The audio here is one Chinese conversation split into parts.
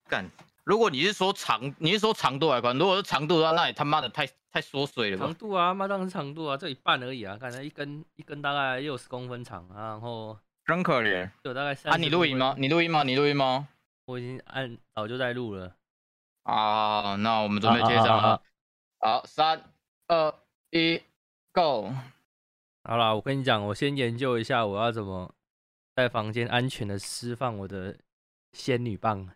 干。如果你是说长度来看，如果是长度的话，那也他妈的太缩水了吧？ 长度啊，妈当然是长度啊，这一半而已啊，看一根大概60公分长啊，然后真可怜。 有大概30。 啊，你录音吗？ 我已经早就在录了。 啊，那我们准备接上了。好，3、2、1 ，Go。 好啦，我跟你讲，我先研究一下我要怎么在房间安全的释放我的仙女棒。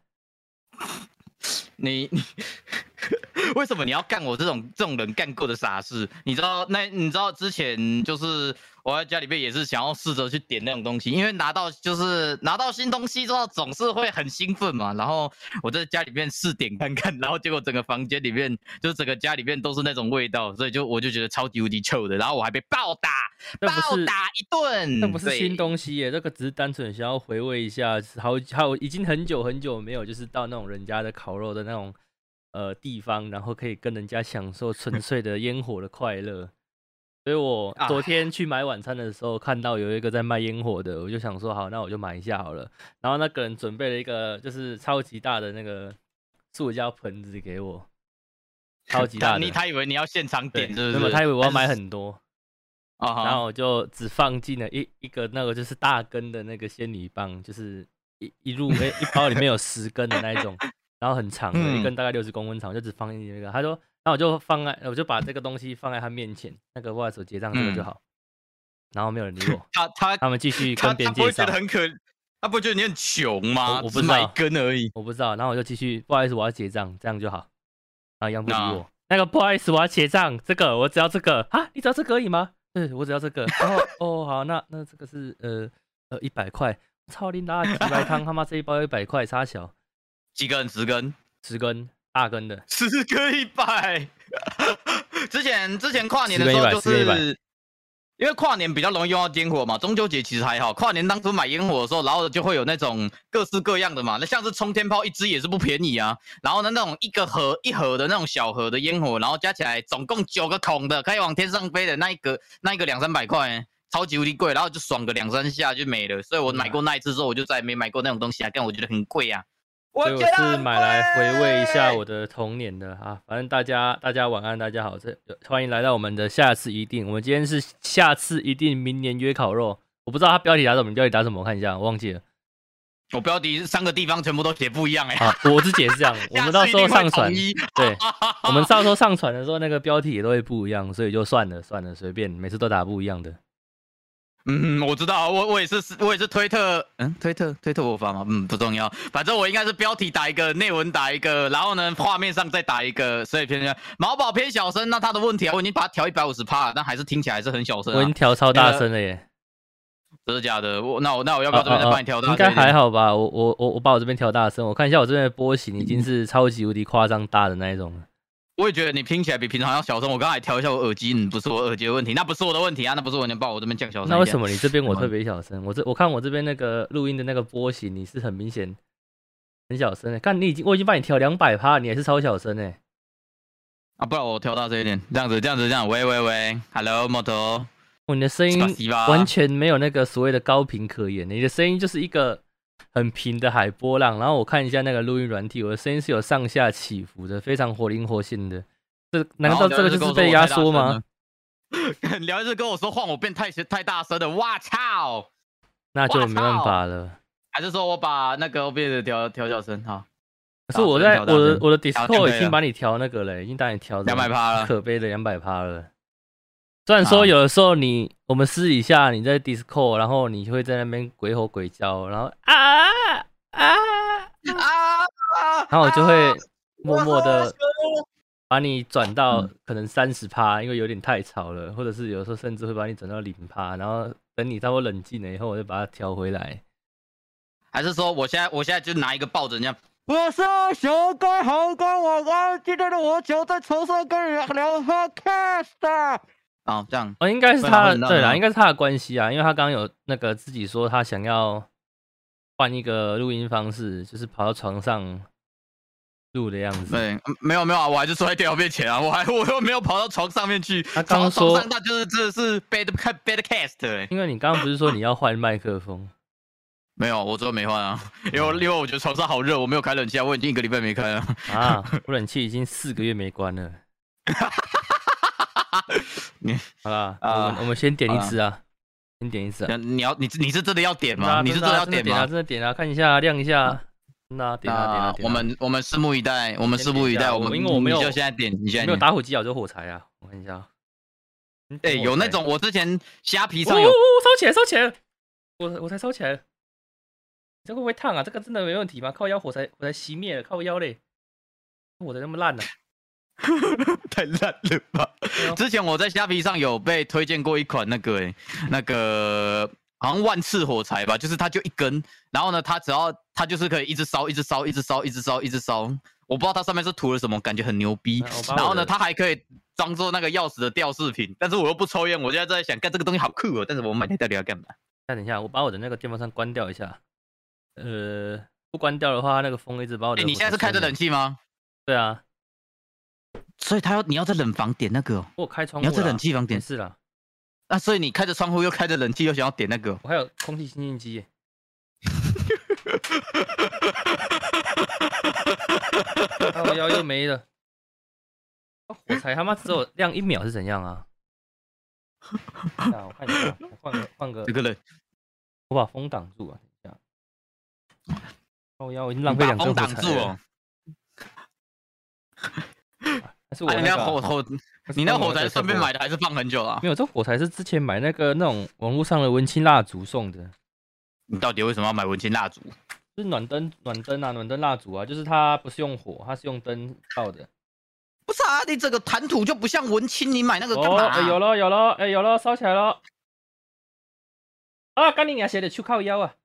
你为什么你要干我这种人干过的傻事？你知道之前就是我在家里面也是想要试着去点那种东西，因为拿到新东西之后总是会很兴奋嘛。然后我在家里面试点看看，然后结果整个房间里面就是整个家里面都是那种味道，所以我就觉得超级无敌臭的。然后我还被暴打一顿。 那不是新东西耶，这个只是单纯想要回味一下，已经很久没有就是到那种人家的烤肉的那种地方，然后可以跟人家享受纯粹的烟火的快乐。所以我昨天去买晚餐的时候，看到有一个在卖烟火的，我就想说好，那我就买一下好了。然后那个人准备了一个就是超级大的那个塑胶盆子给我，超级大的。 他以为你要现场点，是不是？ 没有，他以为我要买很多。然后我就只放进了一个那个就是大根的那个仙女棒，就是一包里面有10根的那一种，然后很长的，一根大概60公分长，就只放进那个。他说，那我就把这个东西放在他面前，那个不好意思，我结账这个就好。然后没有人理我。他们继续跟别人介绍。 他不会觉得你很穷吗？ 我不知道， 只买一根而已。 我不知道。然后我就继续，不好意思，我要结账，这样就好。然后一样不理我。那个不好意思，我要结账，这个我只要这个啊，你只要这个而已吗？对，我只要这个。然后好，那这个是100块。操你妈！几百汤，他妈这一包100块，差小。 几根？10根 ？10根，大根的。 10根100。之前跨年的时候就是因为跨年比较容易用到烟火嘛，中秋节其实还好。跨年当初买烟火的时候，然后就会有那种各式各样的嘛，那像是冲天炮一支也是不便宜啊。然后呢，那种一盒的那种小盒的烟火，然后加起来总共9个孔的，可以往天上飞的那一个200-300块，超级无敌贵。然后就爽个2-3下就没了。所以我买过那一次之后，我就再也没买过那种东西啊，但我觉得很贵啊。 所以我是买来回味一下我的童年的啊，反正大家晚安，大家好，欢迎来到我们的下次一定。我们今天是下次一定，明年约烤肉。我不知道他标题打什么，你标题打什么？我看一下，我忘记了。 我标题3个地方全部都写不一样我自己也是这样。我们到时候上传，对，我们到时候上传的时候，那个标题也都会不一样，所以就算了，随便，每次都打不一样的。 我知道，我也是推特，推特我发吗？不重要，反正我应该是标题打一个，内文打一个，然后呢，画面上再打一个，所以毛宝偏小声，那他的问题啊，我已经把它调150%了，但还是听起来是很小声。 我已经调超大声了耶， 真的假的？那我要不要这边再帮你调大声？ 应该还好吧，我把我这边调大声，我看一下我这边的波形已经是超级无敌夸张大的那一种了。 我也觉得你听起来比平常要小声。我刚才调一下我耳机，不是我耳机的问题，那不是我的问题啊，那不是我能把我这边降小声。 那为什么你这边我特别小声？我看我这边那个录音的那个波形，你是很明显很小声的。看我已经帮你调200%，你还是超小声哎。 不然我调大声一点，这样子，喂 ，Hello 摩托。 你的声音完全没有那个所谓的高频可言，你的声音就是一个很平的海波浪。然后我看一下那个录音软体，我的声音是有上下起伏的，非常活灵活现的。难道这个就是被压缩吗？ 聊一次跟我说换我变太大声了，哇操！ 那就没办法了。 还是说我把那个 OBS 调小声哈？ 可是我的 Discord 已经把你调那个了，已经把你调 200%了， 可悲的200%了。虽然说有的时候我们私底下你在 Discord， 然后你会在那边鬼吼鬼叫，然后然后我就会默默的把你转到可能30%，因为有点太吵了，或者是有时候甚至会把你转到0%，然后等你差不多冷静了以后，我就把它调回来。 还是说我现在就拿一个抱枕这样？我是小哥，好哥，晚安。今天的我就在床上跟你聊 podcast。这样应该是他的，对啦，应该是他的关系啊，因为他刚刚有那个自己说他想要换一个录音方式，就是跑到床上录的样子。 对，没有啊，我还是坐在电脑面前啊，我又没有跑到床上面去。 他刚说床上那就是真的是 bad cast。 因为你刚刚不是说你要换麦克风？ 没有，我最后没换啊，因为我觉得床上好热，我没有开冷气啊，我已经1个礼拜没开了。 啊，我冷气已经4个月没关了。好啦，我们先点一支啊，先点一支啊。 你是真的要点吗？你是真的要点吗？ 真的点啊，看一下亮一下。那点啊！ 我们拭目以待，我们拭目以待。 因为我没有， 你就现在点，你现在没有打火机啊，有火柴啊。我看一下。 有那种我之前虾皮上有烧起来了，我才烧起来了。这会不会烫啊？这个真的没问题吗？靠腰火柴熄灭了，靠腰嘞。火柴那么烂呢？ 太烂了吧！之前我在虾皮上有被推荐过一款那个好像万次火柴吧，就是它就一根，然后呢，它就是可以一直烧。我不知道它上面是涂了什么，感觉很牛逼。然后呢，它还可以装作那个钥匙的吊饰品，但是我又不抽烟，我现在在想，干这个东西好酷哦，但是我买它到底要干嘛？ 等一下，我把我的那个电风扇关掉一下。不关掉的话，那个风一直把我的。 你现在是开着冷气吗？ 对啊。 所以你要在冷房点那个哦。 我开窗户。 你要在冷气房点。 是啦。 那所以你开着窗户又开着冷气又想要点那个？ 我还有空气清净机耶。我腰又没了。火柴他妈只有亮1秒是怎样啊？我看一下，换个。 这个人， 我把风挡住啊！等一下。我腰已经浪费2根火柴了。挡住哦。是我你那火柴顺便买的还是放很久啊？ 没有，这火柴是之前买那种网络上的文青蜡烛送的。 你到底为什么要买文青蜡烛？ 是暖灯蜡烛啊，就是它不是用火，它是用灯照的。 不是啊，你这个谈吐就不像文青，你买那个干嘛？ 有了，烧起来了。啊，干你娘写的去靠腰啊！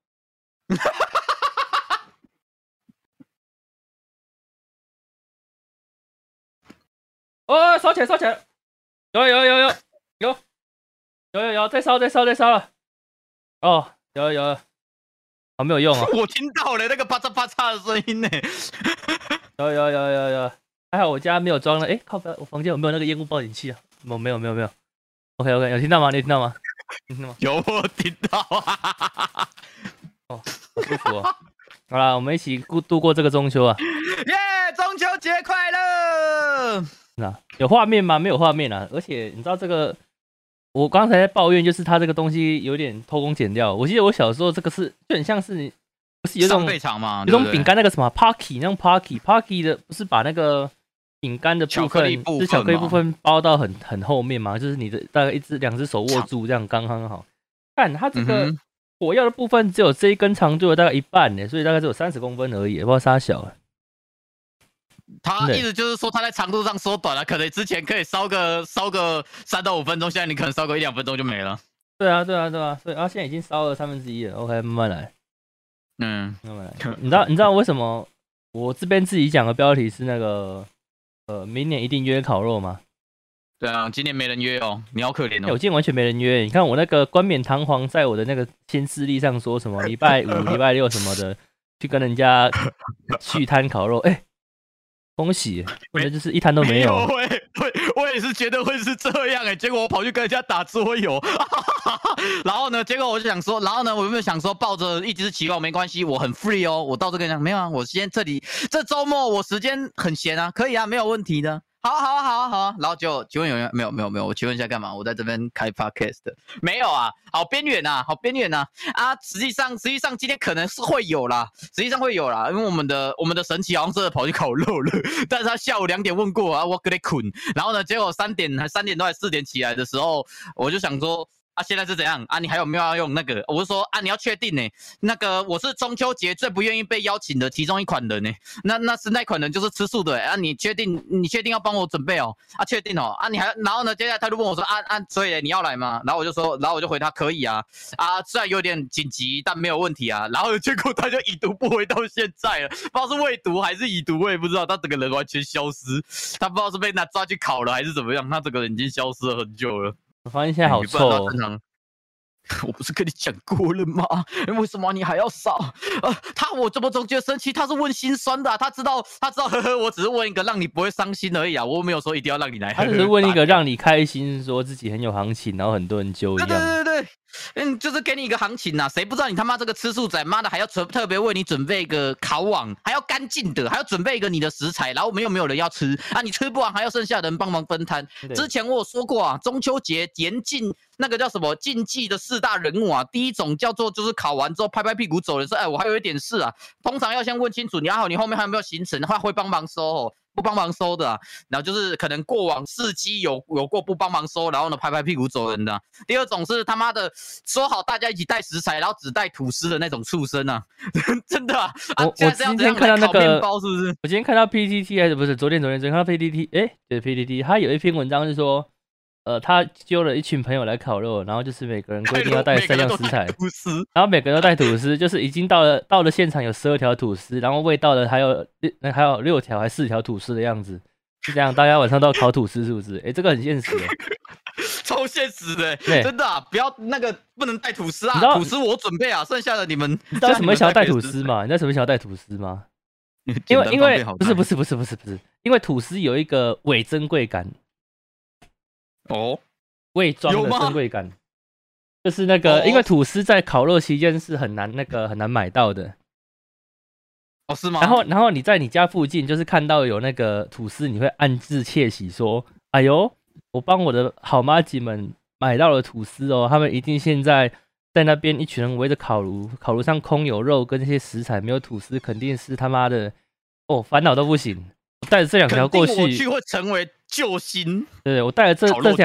哦，烧起来！有，再烧了。哦，有，好没有用啊！ 我听到了那个啪嚓啪嚓的声音呢。 有，还好我家没有装了。哎，靠北，我房间有没有那个烟雾报警器啊？没有。OK， 有听到吗？你听到吗？ 有，我听到啊。 哦，好舒服哦。好啦，我们一起度过这个中秋啊！ 耶，中秋节快乐！ 有画面吗？没有画面啊！而且你知道这个，我刚才在抱怨，就是它这个东西有点偷工减料。我记得我小时候这个就很像是，不是有种饼干那个什么 Pocky 那种 Pocky 的，不是把那个饼干的部分是巧克力部分包到很后面嘛？就是你的大概2只手握住这样刚刚好。看它这个火药的部分只有这一根长度的大概1半呢，所以大概只有30公分而已，不知道啥小。 他意思就是说，他在长度上缩短了，可能之前可以烧个3到5分钟，现在你可能烧个1-2分钟就没了。 对啊，所以现在已经烧了1/3了。OK， 慢慢来。慢慢来。你知道为什么我这边自己讲的标题是那个明年一定约烤肉吗？ 对啊，今年没人约哦，你好可怜哦。 我今年完全没人约，你看我那个冠冕堂皇在我的那个新势力上说什么礼拜5、礼拜6什么的，去跟人家续摊烤肉，恭喜，或者就是一摊都没有。 我也是觉得会是这样结果我跑去跟人家打桌游，然后呢，结果我就想说，我有没有想说抱着一直期望没关系，我很 free 哦，我到这个讲没有啊，我今天这周末我时间很闲啊，可以啊，没有问题的。好啊，然后就请问有人没有，我请问一下干嘛？我在这边开 podcast 没有啊？好边缘啊！啊！实际上今天可能是会有啦，因为我们的神奇好像真的跑去烤肉了，但是他下午2点问过啊，我给你捆，然后呢，结果3点多还4点起来的时候，我就想说。现在是怎样啊？你还有没有要用那个？我就说你要确定呢。那个我是中秋节最不愿意被邀请的其中一款人呢。那款人就是吃素的你确定要帮我准备哦？确定哦？然后呢？接下来他就问我说所以你要来吗？然后我就回他可以啊。虽然有点紧急，但没有问题啊。然后结果他就已读不回到现在了，不知道是未读还是已读，我也不知道。他整个人完全消失，他不知道是被抓去烤了还是怎么样，他整个人已经消失了很久了。 我发现现在好臭哦。 我不是跟你讲过了吗？为什么你还要烧？我这么中间生气，他是问心酸的他知道，我只是问一个让你不会伤心而已啊，我没有说一定要让你来。 他只是问一个让你开心，说自己很有行情，然后很多人揪一样。 对， 就是给你一个行情呐，谁不知道你他妈这个吃素仔，妈的还要特别为你准备一个烤网，还要干净的，还要准备一个你的食材，然后没有人要吃啊，你吃不完还要剩下的人帮忙分摊。之前我有说过啊，中秋节严禁那个叫什么禁忌的4大人物啊，第一种叫做就是烤完之后拍拍屁股走人，说哎我还有一点事啊，通常要先问清楚你你后面还有没有行程，他会帮忙收哦。不帮忙收的、啊，然后就是可能过往事迹有过不帮忙收，然后呢拍拍屁股走人的、啊。第二种是他妈的说好大家一起带食材，然后只带吐司的那种畜生啊，真的啊！ 我今天看到那个包是不是？ 我今天看到 PTT 还是不是？昨天看到 PTT， 对 PTT， 他有一篇文章是说。他揪了一群朋友来烤肉，然后就是每个人规定要带3样食材，然后每个人都带吐司，就是已经到了现场有12条吐司，然后未到的还有6条还4条吐司的样子，是这样，大家晚上都要烤吐司是不是？这个很现实的， 超现实的，真的啊！不要那个不能带吐司啊，吐司我准备啊，剩下的你们。 你知道为什么想要带吐司吗？你知道什么想要带吐司吗？因为不是，因为吐司有一个伪珍贵感。 哦， 伪装的珍贵感，就是那个，因为吐司在烤肉期间是很难买到的。 哦，是吗？ 然后你在你家附近，就是看到有那个吐司，你会暗自窃喜说：“哎呦，我帮我的好妈吉们买到了吐司哦，他们一定现在在那边一群人围着烤炉，烤炉上空有肉跟那些食材，没有吐司，肯定是他妈的烦恼到不行。”带着这2条过去， 我去会成为救星。 对，我带着这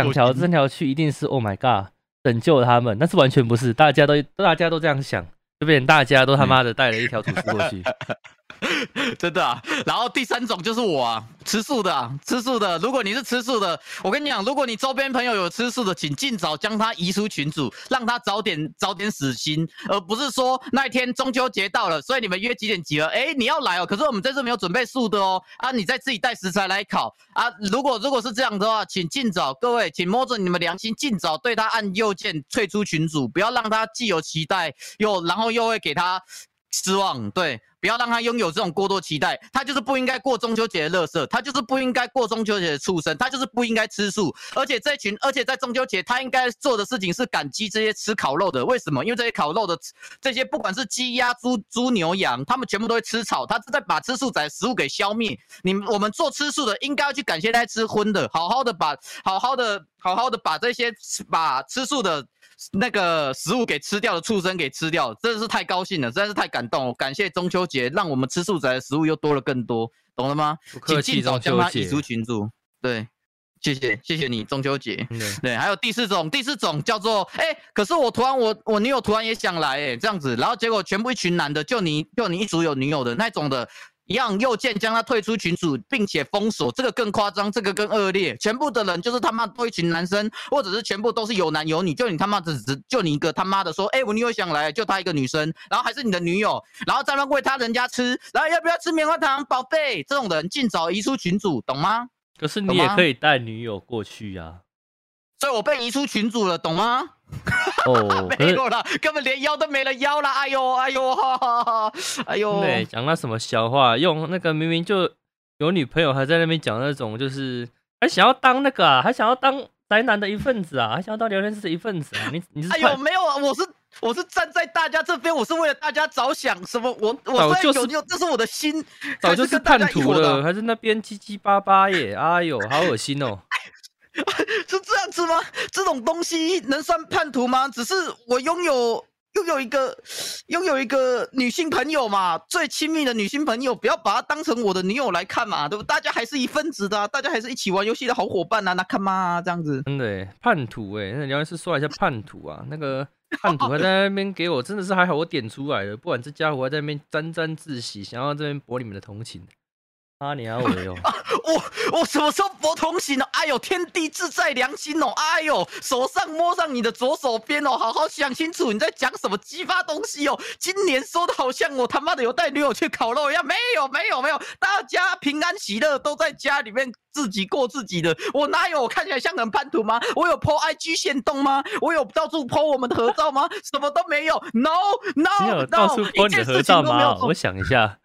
3条去，一定是 Oh my God， 拯救他们。但是完全不是，大家都这样想，就变成大家都他妈的带了1条吐司过去。 真的啊，然后第3种就是我啊，吃素的啊，吃素的。如果你是吃素的，我跟你讲，如果你周边朋友有吃素的，请尽早将他移出群组，让他早点死心，而不是说那一天中秋节到了，所以你们约几点集合？哎，你要来哦，可是我们这次没有准备素的哦，啊，你再自己带食材来烤啊。如果是这样的话，请尽早，各位，请摸着你们良心，尽早对他按右键退出群组，不要让他既有期待然后又会给他失望，对。不要让他拥有这种过多期待，他就是不应该过中秋节的垃圾，他就是不应该过中秋节的畜生，他就是不应该吃素。而且在中秋节，他应该做的事情是感激这些吃烤肉的。为什么？因为这些烤肉的这些不管是鸡鸭猪牛羊，他们全部都会吃草，他是在把吃素仔食物给消灭。我们做吃素的应该要去感谢那些吃荤的，好好的把这些把吃素的那个食物给吃掉的畜生给吃掉，真的是太高兴了，实在是太感动了。感谢中秋节，让我们吃素仔的食物又多了更多，懂了吗？请尽早将它移出群组。对，谢谢你，中秋节。对，还有第四种叫做可是我女友突然也想来这样子，然后结果全部一群男的，就你一组有女友的那种的。一样右键将他退出群组，并且封锁，这个更夸张，这个更恶劣。全部的人就是他妈都一群男生，或者是全部都是有男有女，就你他妈的就你一个他妈的说，我女友想来，就她一个女生，然后还是你的女友，然后在那喂他人家吃，然后要不要吃棉花糖，宝贝？这种人尽早移出群组，懂吗？ 可是你也可以带女友过去呀。 所以我被移出群组了，懂吗？没有了，根本连邀都没了邀了，哎呦！ 对，讲那什么小话，用那个明明就有女朋友，还在那边讲那种，就是还想要当那个啊，还想要当宅男的一份子啊，还想要当聊天室的一份子啊，你是？ 没有啊，我是站在大家这边，我是为了大家着想，什么我这是我的心， 早就是叛徒了，还是那边唧唧巴巴耶，哎呦，好恶心哦。 是这样子吗？这种东西能算叛徒吗？只是我拥有一个女性朋友嘛，最亲密的女性朋友，不要把她当成我的女友来看嘛，对不？大家还是一份子的、大家还是一起玩游戏的好伙伴啊，那看嘛这样子。 真的叛徒那聊天室说一下叛徒啊，那个叛徒还在那边给我，真的是还好我点出来了，不然这家伙还在那边沾沾自喜，想要这边博你们的同情。你好伟哦！ 我什么时候博同情了？哎呦，天地自在良心哦！哎呦，手上摸上你的左手边哦，好好想清楚你在讲什么鸡巴东西哦！今年说的好像我他妈的有带女友去烤肉一样，没有，大家平安喜乐都在家里面自己过自己的，我哪有？我看起来像很叛徒吗？我有 po IG 限动吗？我有到处 po 我们的合照吗？什么都没有 ，no， 你有到处 po 你的合照吗？我想一下。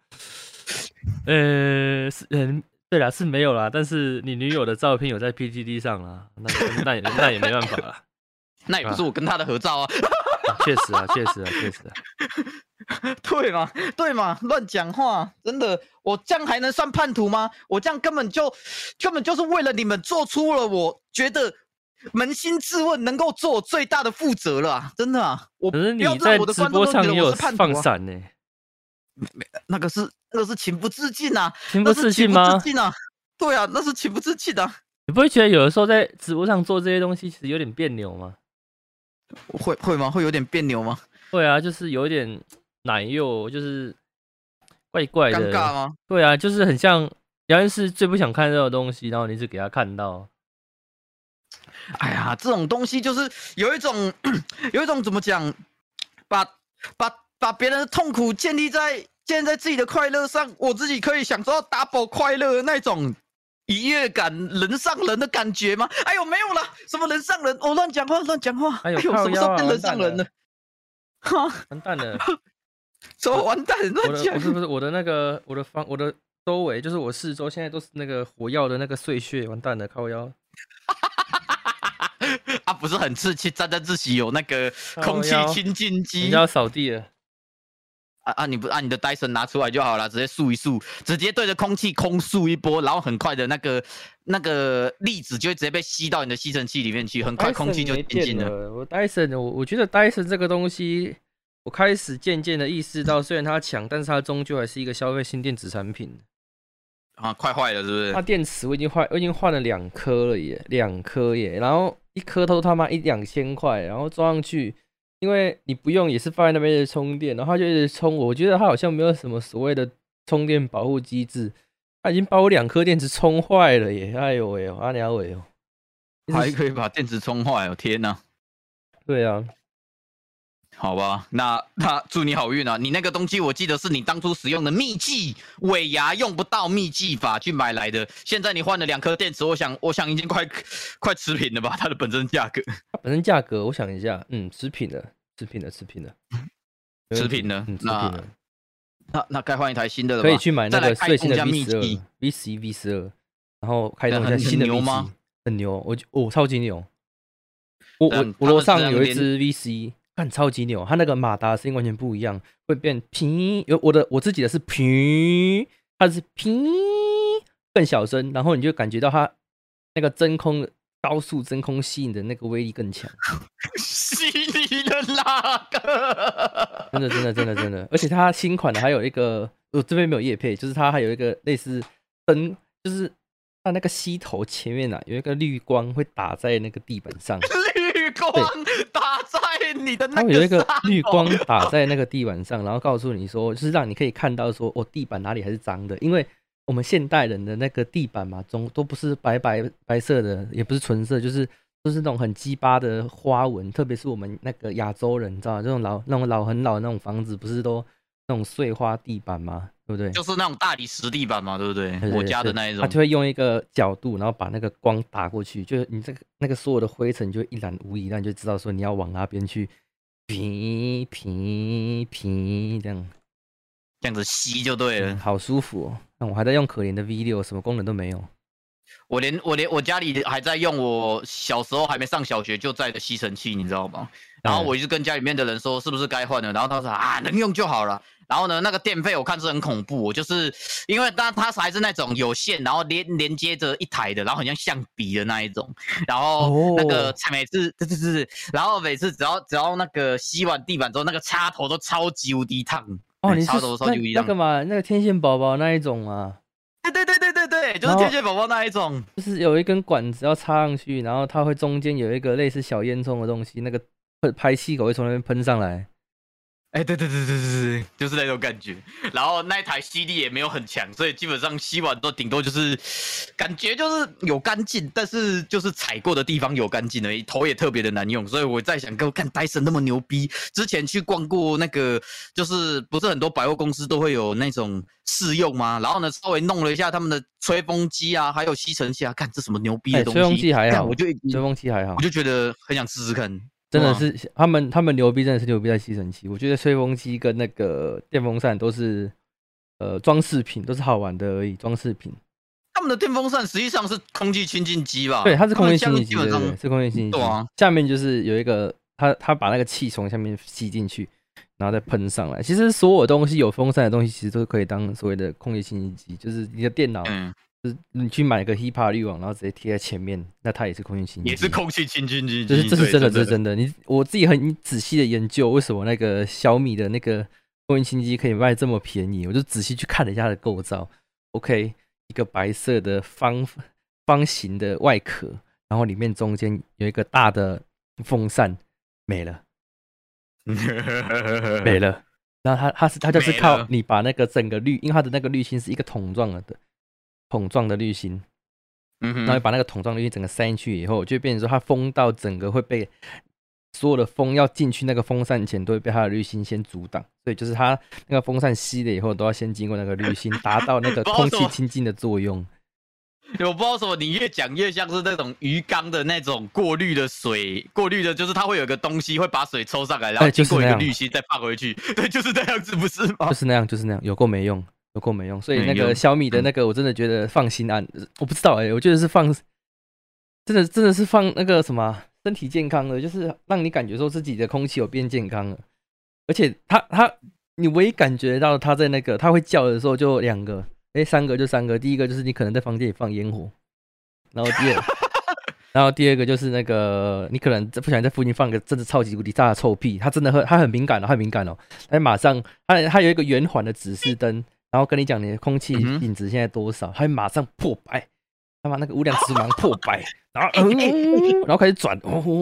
对啦，是没有啦，但是你女友的照片有在 PTT 上啦，那也没办法啦。 那也不是我跟他的合照啊。 确实啊。 对嘛，对嘛，乱讲话，真的，我这样还能算叛徒吗？我这样根本就是为了你们做出了我觉得扪心自问能够做我最大的负责了啊！真的啊，我可是你在直播上也有放闪呢、 那个是情不自禁啊， 情不自禁吗？ 对啊，那是情不自禁啊。 你不会觉得有的时候在直播上做这些东西其实有点别扭吗？ 会吗？会有点别扭吗？ 会啊，就是有点奶油，就是怪怪的， 尴尬吗？ 对啊，就是很像杨恩是最不想看到的东西，然后你一直给他看到。 哎呀，这种东西就是有一种怎么讲，把别人的痛苦建立在自己的快乐上，我自己可以享受到 double 快乐的那种愉悦感，人上人的感觉吗？哎呦，没有啦，什么人上人？我乱讲话。哎呦，什么时候变人上人了？ 哈，完蛋了！ 什么完蛋？乱讲！ 不是我的那个我的周围，就是我四周现在都是那个火药的那个碎屑，完蛋了，靠腰。 啊，不是很刺激，沾沾自喜有那个空气清净机， 人家要扫地了。 你不你的 Dyson 拿出来就好了，直接漱一漱，直接对着空气空漱一波，然后很快的那个粒子就会直接被吸到你的吸尘器里面去，很快空气就清净了。 我 Dyson， 我觉得 Dyson 这个东西，我开始渐渐的意识到，虽然它强，但是它终究还是一个消费性电子产品。 啊，快坏了是不是？ 它电池我已经换了2颗了耶，2颗耶，然后1颗都他妈1-2千块，然后装上去。因为你不用也是放在那边的充电，然后它就一直充我觉得它好像没有什么所谓的充电保护机制，它已经把我2颗电池充坏了耶！哎呦喂哦，阿鸟喂哦， 还可以把电池充坏哦！天哪！ 对啊， 好吧，那祝你好运啊！你那个东西我记得是你当初使用的秘技尾牙用不到秘技法去买来的，现在你换了2颗电池，我想已经快持平了吧？它的本身价格， 我想一下，持平了。持平了。 那该换一台新的了吧？ 可以去买那个最新的 V12，然后开动一下新的 V 7，很牛，我超级牛。我楼上有一只 V11，看超级牛，它那个马达声音完全不一样，会变平，我自己的是平，它是平更小声，然后你就感觉到它那个高速真空吸引的那个威力更强。 吸你的哪个？ 真的，而且它新款的还有一个，我这边没有业配，就是它还有一个类似灯，就是它那个吸头前面有一个绿光会打在那个地板上。 绿光打在你的那个， 它有一个绿光打在那个地板上，然后告诉你说，就是让你可以看到说，地板哪里还是脏的，因为我们现代人的那个地板嘛，都不是白色的，也不是纯色，就是那种很鸡巴的花纹，特别是我们那个亚洲人，你知道吗？这种很老的那种房子，不是都那种碎花地板吗？对不对？ 就是那种大理石地板嘛，对不对？对，我家的那一种， 它就会用一个角度，然后把那个光打过去，就你那个所有的灰尘就一览无遗，那你就知道说你要往那边去，平这样子吸就对了， 好舒服哦。那我还在用可怜的 V6，什么功能都没有。 我家里还在用我小时候还没上小学就在的吸尘器，你知道吗？然后我一直跟家里面的人说是不是该换了，然后他说能用就好了。然后呢，那个电费我看是很恐怖，就是因为它还是那种有线，然后连接着一台的，然后很像橡皮的那一种。然后那个每次然后每次只要那个吸完地板之后，那个插头都超级无敌烫。 你是插头超级无敌烫。那个嘛，那个天线宝宝那一种嘛。 对，就是天线宝宝那一种， 就是有一根管子要插上去，然后它会中间有一个类似小烟囱的东西，那个排气口会从那边喷上来。 对，就是那种感觉。然后那一台吸力也没有很强，所以基本上吸完都顶多就是感觉就是有干净，但是就是踩过的地方有干净而已，头也特别的难用。所以我在想，看Dyson那么牛逼，之前去逛过那个，就是不是很多百货公司都会有那种试用吗？然后呢，稍微弄了一下他们的吹风机啊，还有吸尘器啊，看这什么牛逼的东西。 吹风机还好， 吹风机还好，我就觉得很想试试看。 真的是他们牛逼，真的是牛逼在吸尘器。我觉得吹风机跟那个电风扇都是装饰品，都是好玩的而已，装饰品。 他们的电风扇实际上是空气清净机吧？ 对，它是空气清净机， 对， 是空气清净机。对啊，下面就是有一个，它把那个气从下面吸进去，然后再喷上来。其实所有东西有风扇的东西，其实都可以当所谓的空气清净机。就是你的电脑，就是你去买个 HEPA 滤网，然后直接贴在前面，那它也是空气清净机， 也是空气清净机。 这是真的，这是真的。我自己很仔细的研究，为什么那个小米的那个空气清净机可以卖这么便宜，我就仔细去看了一下它的构造。OK。一个白色的方形的外壳，然后里面中间有一个大的风扇，没了，没了。然后它就是靠你把那个整个因为它的那个滤芯是一个桶状的滤芯，然后你把那个桶状滤芯整个塞进去以后，就变成说它风到整个会被所有的风要进去那个风扇前，都会被它的滤芯先阻挡，所以就是它那个风扇吸了以后，都要先经过那个滤芯，达到那个空气清净的作用。 我不知道什么，你越讲越像是那种鱼缸的那种过滤的水，过滤的就是它会有一个东西会把水抽上来，然后经过一个滤芯再放回去。对，就是这样子，不是吗？ 就是那样，有够没用，所以那个小米的那个，我真的觉得放心安。我不知道我觉得是真的是放那个什么。身体健康的，就是让你感觉说自己的空气有变健康了，而且你唯一感觉到它在那个它会叫的时候就2个，3个就3个。第一个就是你可能在房间里放烟火，然后第二个就是那个你可能不小心在附近放个真的超级无敌大的臭屁，它真的它很敏感哦，它马上它有一个圆环的指示灯，然后跟你讲你的空气品质现在多少，它会马上破百。他把那个无量尺马上破百，然后开始转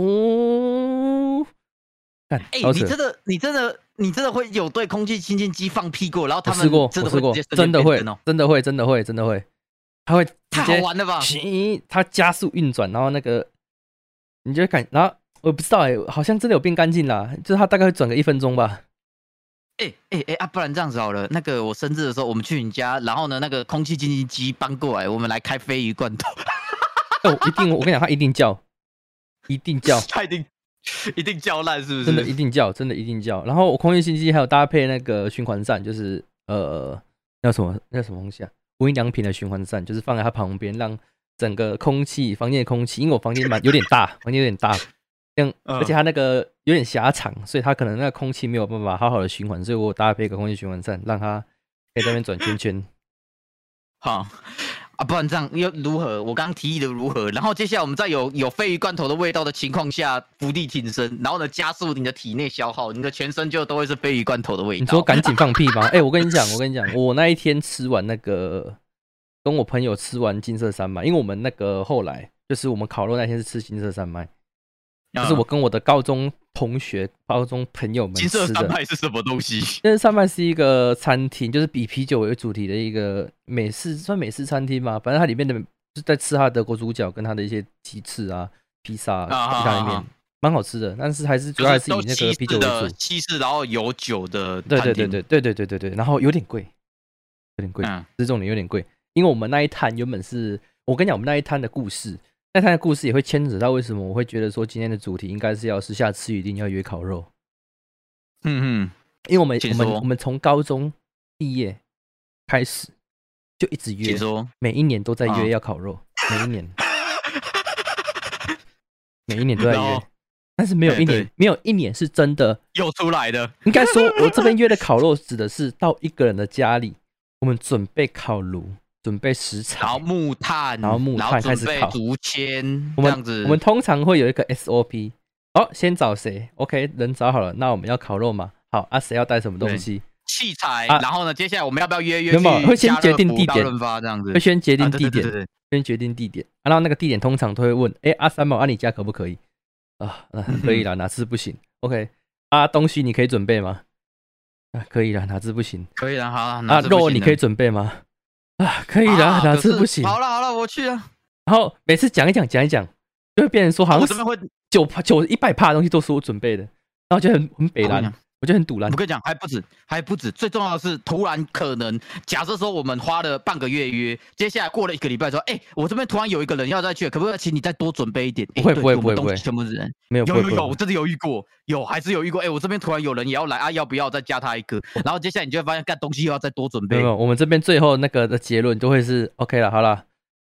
你真的会有对空气清净机放屁过？然后他们真的会真的会，他会太好玩了吧？ 它加速运转，然后那个你就会感，然后我不知道好像真的有变干净啦，就是它大概会转个1分钟吧。 不然这样子好了，那个我生日的时候我们去你家，然后呢那个空气清净机搬过来，我们来开鲱鱼罐头。 一定，我跟你讲，他一定叫， 他一定叫烂，是不是？ 真的一定叫。然后我空气清净机还有搭配那个循环扇，就是叫什么东西啊？无印良品的循环扇，就是放在它旁边，让整个房间的空气，因为我房间有点大，而且它那个有点狭长，所以它可能那个空气没有办法好好的循环，所以我搭配一个空气循环扇，让它可以在那边转圈圈。 好不然这样又如何？我刚刚提议的如何？然后接下来我们在有鲱鱼罐头的味道的情况下伏地挺身，然后呢加速你的体内消耗，你的全身就都会是鲱鱼罐头的味道。 你说赶紧放屁吗？我跟你讲，我那一天吃完那个，跟我朋友吃完金色山脉，因为我们那个后来就是我们烤肉那天是吃金色山脉。就是我跟我的高中同学、高中朋友们吃的。 金色山脉是什么东西？ 金色山脉是一个餐厅，就是以啤酒为主题的一个算美式餐厅嘛。反正它里面的就是在吃它的德国猪脚跟它的一些鸡翅啊、披萨、意大利面，蛮好吃的。但是主要还是以那个啤酒为主， 西式然后有酒的。 对。然后有点贵，这重点有点贵，因为我们那一摊原本是我跟你讲，我们那一摊的故事。那他的故事也会牵扯到为什么我会觉得说今天的主题应该是要私下吃一定要约烤肉。因为我们从高中毕业开始就一直约，每一年都在约要烤肉，每一年都在约，但是没有一年是真的又出来的。 应该说，我这边约的烤肉指的是到一个人的家里，我们准备烤炉。准备食材， 然后木炭开始烤， 竹签，这样子。 我们通常会有一个 SOP， 先找谁 ？OK， 人找好了，那我们要烤肉嘛？好谁要带什么东西？ 器材，然后呢，接下来我们要不要约去？ 会先决定地点， 这样子， 会先决定地点，先决定地点。然后那个地点通常都会问，三毛，你家可不可以？可以啦，哪次不行 ？OK，东西你可以准备吗？可以啦，哪次不行？ 可以啦，好肉你可以准备吗？可以啦，哪次不行？ 好了，我去啊。 然后每次讲一讲，就会变成说好像我这边会100%的东西都是我准备的，然后就很北蓝。我觉得很堵然。 我跟你讲，还不止，最重要的是，突然可能假设说我们花了半个月约，接下来过了1个礼拜说，我这边突然有一个人要再去，可不可以请你再多准备一点？ 不会， 东西全部是人， 没有， 我真的有遇过，还是有遇过，我这边突然有人也要来啊，要不要再加他一个？然后接下来你就会发现，干东西又要再多准备。 没有，我们这边最后那个的结论就会是 OK 了，好了，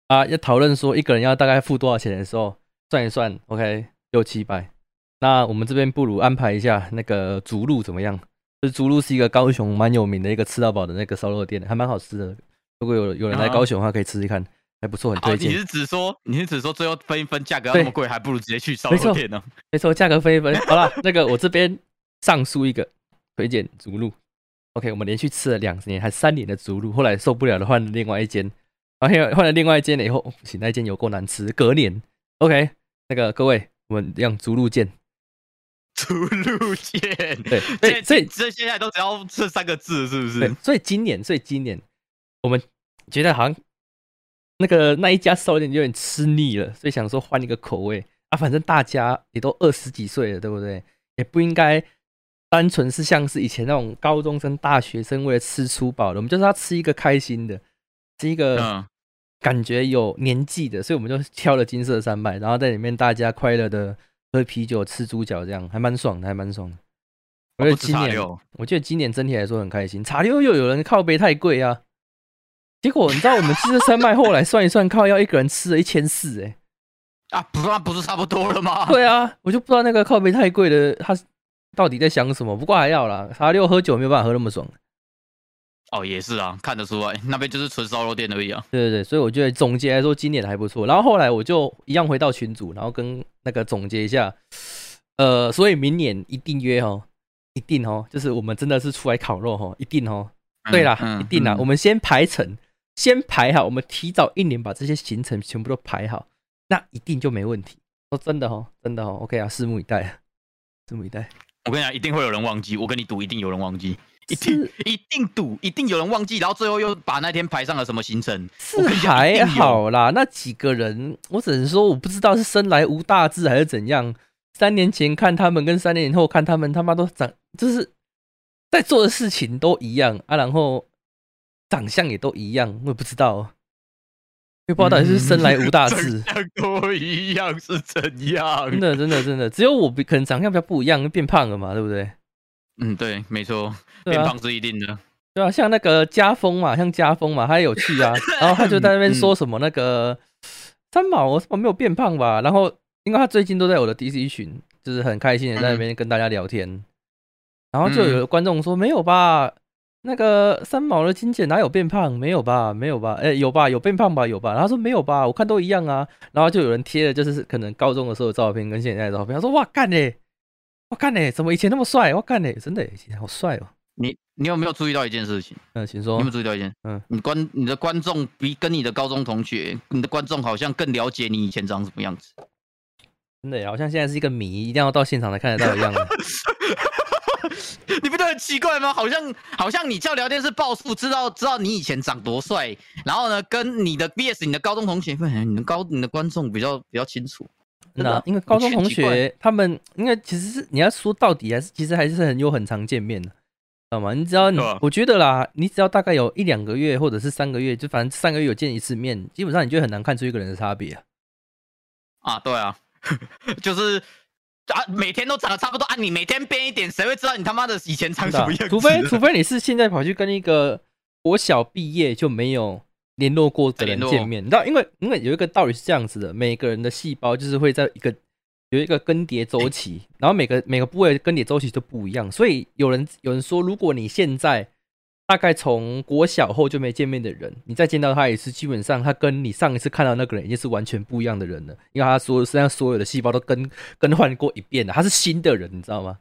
啊，要讨论说一个人要大概付多少钱的时候，算一算 ，OK， 600-700。那我们这边不如安排一下那个竹鹿怎么样？就是竹鹿是一个高雄蛮有名的一个吃到饱的那个烧肉店，还蛮好吃的。如果有人来高雄的话，可以吃吃看，还不错，很推荐。 你是指说最后分一分价格要那么贵，还不如直接去烧肉店呢？ 没错，价格分一分。好了，那个我这边上述一个推荐竹鹿。OK， 我们连续吃了2年还3年的竹鹿，后来受不了了，换了另外一间。然后换了另外一间了以后，不行，那一间有够难吃。隔年 ，OK， 那个各位，我们让竹鹿见。 竹鹿见， 对，所以这现在都只要这3个字，是不是？ 对，所以今年我们觉得好像那一家烧肉店有点吃腻了，所以想说换一个口味啊，反正大家也都20几岁了，对不对？也不应该单纯是像是以前那种高中生、大学生为了吃粗饱的，我们就是要吃一个开心的，吃一个感觉有年纪的，所以我们就挑了金色山脉，然后在里面大家快乐的喝啤酒、吃猪脚，这样还蛮爽的，还蛮爽的。我觉得今年整体来说很开心。茶六又有人靠杯太贵啊，结果你知道我们金色山脉后来算一算，靠要一个人吃了1400 啊，不是差不多了吗？ 对啊，我就不知道那个靠杯太贵的他到底在想什么。不过还要啦，茶六喝酒没有办法喝那么爽。 哦，也是啊，看得出来，那边就是纯烧肉店而已啊。 对，所以我觉得总结来说，今年还不错。然后后来我就一样回到群组，然后跟那个总结一下，所以明年一定约哦，一定哦，就是我们真的是出来烤肉哦，一定哦。对啦，一定啦，我们先排好，我们提早1年把这些行程全部都排好，那一定就没问题。说真的哦，OK 啊，拭目以待。 我跟你讲，一定会有人忘记，我跟你赌，一定有人忘记。一定有人忘记，然后最后又把那天排上了什么行程？ 是还好啦，那几个人，我只能说我不知道是生来无大志还是怎样。3年前看他们跟3年后看他们，他妈都就是在做的事情都一样啊，然后长相也都一样，我也不知道，也不知道到底是生来无大志， 长相都一样是怎样？ 真的，只有我可能长相比较不一样，变胖了嘛，对不对？ 对，没错，变胖是一定的。 对啊，像那个家风嘛，他有趣啊，然后他就在那边说什么那个三毛，我没有变胖吧？然后因为他最近都在我的 DC 群，就是很开心的在那边跟大家聊天，然后就有观众说没有吧，那个三毛的金姐哪有变胖？没有吧？有吧？有变胖吧？有吧？然后他说没有吧，我看都一样啊。然后就有人贴了就是可能高中的时候的照片跟现在的照片，他说哇干嘞！我看怎么以前那么帅？我看真的以前好帅哦。 你有没有注意到一件事情？ 请说。 你有没有注意到一件？你的观众比跟你的高中同学，你的观众好像更了解你以前长什么样子。 真的，好像现在是一个谜，一定要到现场才看得到一样的。 你不觉得很奇怪吗？好像你叫聊天室报数，知道你以前长多帅，然后呢，跟你的 VS 你的高中同学，你的观众比较清楚。 那因为高中同学他们，因为其实是你要说到底，其实还是很常见面的，知道吗？你只要我觉得啦，你只要大概有1-2个月或者是3个月，就反正3个月有见一次面，基本上你就很难看出一个人的差别啊。对啊，就是每天都长得差不多啊，你每天变一点，谁会知道你他妈的以前长什么样子？ 除非你是现在跑去跟一个国小毕业就没有联络过的人见面，你知道，因为有一个道理是这样子的，每个人的细胞就是会在有一个更迭周期，然后每个部位的更迭周期都不一样，所以有人说，如果你现在大概从国小后就没见面的人，你再见到他一次，基本上他跟你上一次看到那个人已经是完全不一样的人了，因为他身上所有的细胞都更换过一遍了，他是新的人，你知道吗？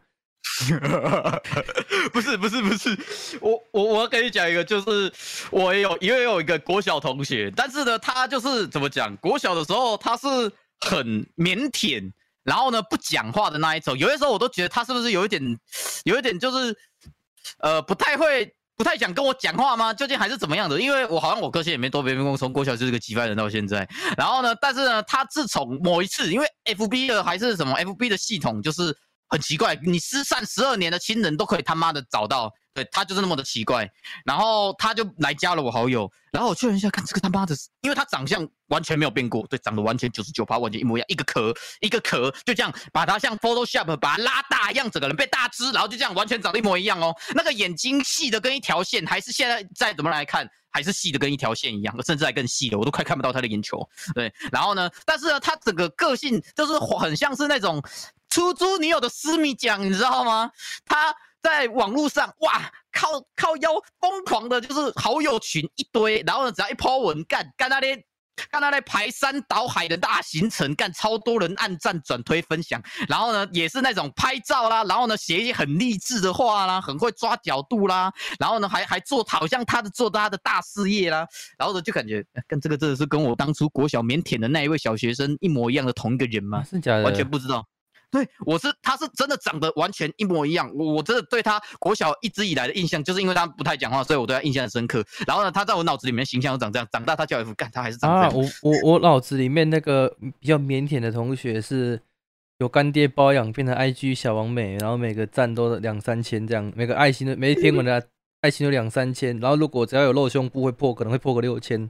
不是，我要跟你讲一个，就是我也有一个国小同学，但是呢，他就是怎么讲，国小的时候他是很腼腆，然后呢不讲话的那一种，有些时候我都觉得他是不是有一点就是不太想跟我讲话吗？究竟还是怎么样的？因为我好像我个性也没多变，从国小就是个几百人到现在。然后呢，但是呢，他自从某一次，因为 FB 的还是什么 FB 的系统就是很奇怪，你失散12年的亲人都可以他妈的找到， 对他就是那么的奇怪，然后他就来加了我好友，然后我确认一下，看这个他妈的，因为他长相完全没有变过，对，长得完全99%完全一模一样，一个壳就这样把他像 Photoshop 把他拉大一样，整个人变大只，然后就这样完全长得一模一样哦，那个眼睛细的跟一条线，还是现在再怎么来看。还是细的跟一条线一样，甚至还更细的，我都快看不到他的眼球。对，然后呢，但是呢，他整个个性就是很像是那种出租女友的私密讲，你知道吗？他在网络上哇，靠腰疯狂的，就是好友群一堆，然后呢，只要一 po 文干那类排山倒海的大行程，干超多人按赞、转推、分享，然后呢，也是那种拍照啦，然后呢，写一些很励志的话啦，很会抓角度啦，然后呢，还做好像做他的大事业啦，然后呢，就感觉跟这个真的是跟我当初国小腼腆的那一位小学生一模一样的同一个人吗？ 是假的？ 完全不知道。对，他是真的长得完全一模一样。我真的对他国小一直以来的印象，就是因为他不太讲话，所以我对他印象很深刻。然后呢，他在我脑子里面形象就长这样，长大他叫 F 干，他还是长这样。 我脑子里面那个比较腼腆的同学是有干爹包养变成 IG 小王美，然后每个赞都2-3千这样，每个爱心的每一篇文的爱心都2-3千，然后如果只要有露胸部可能会破个6000。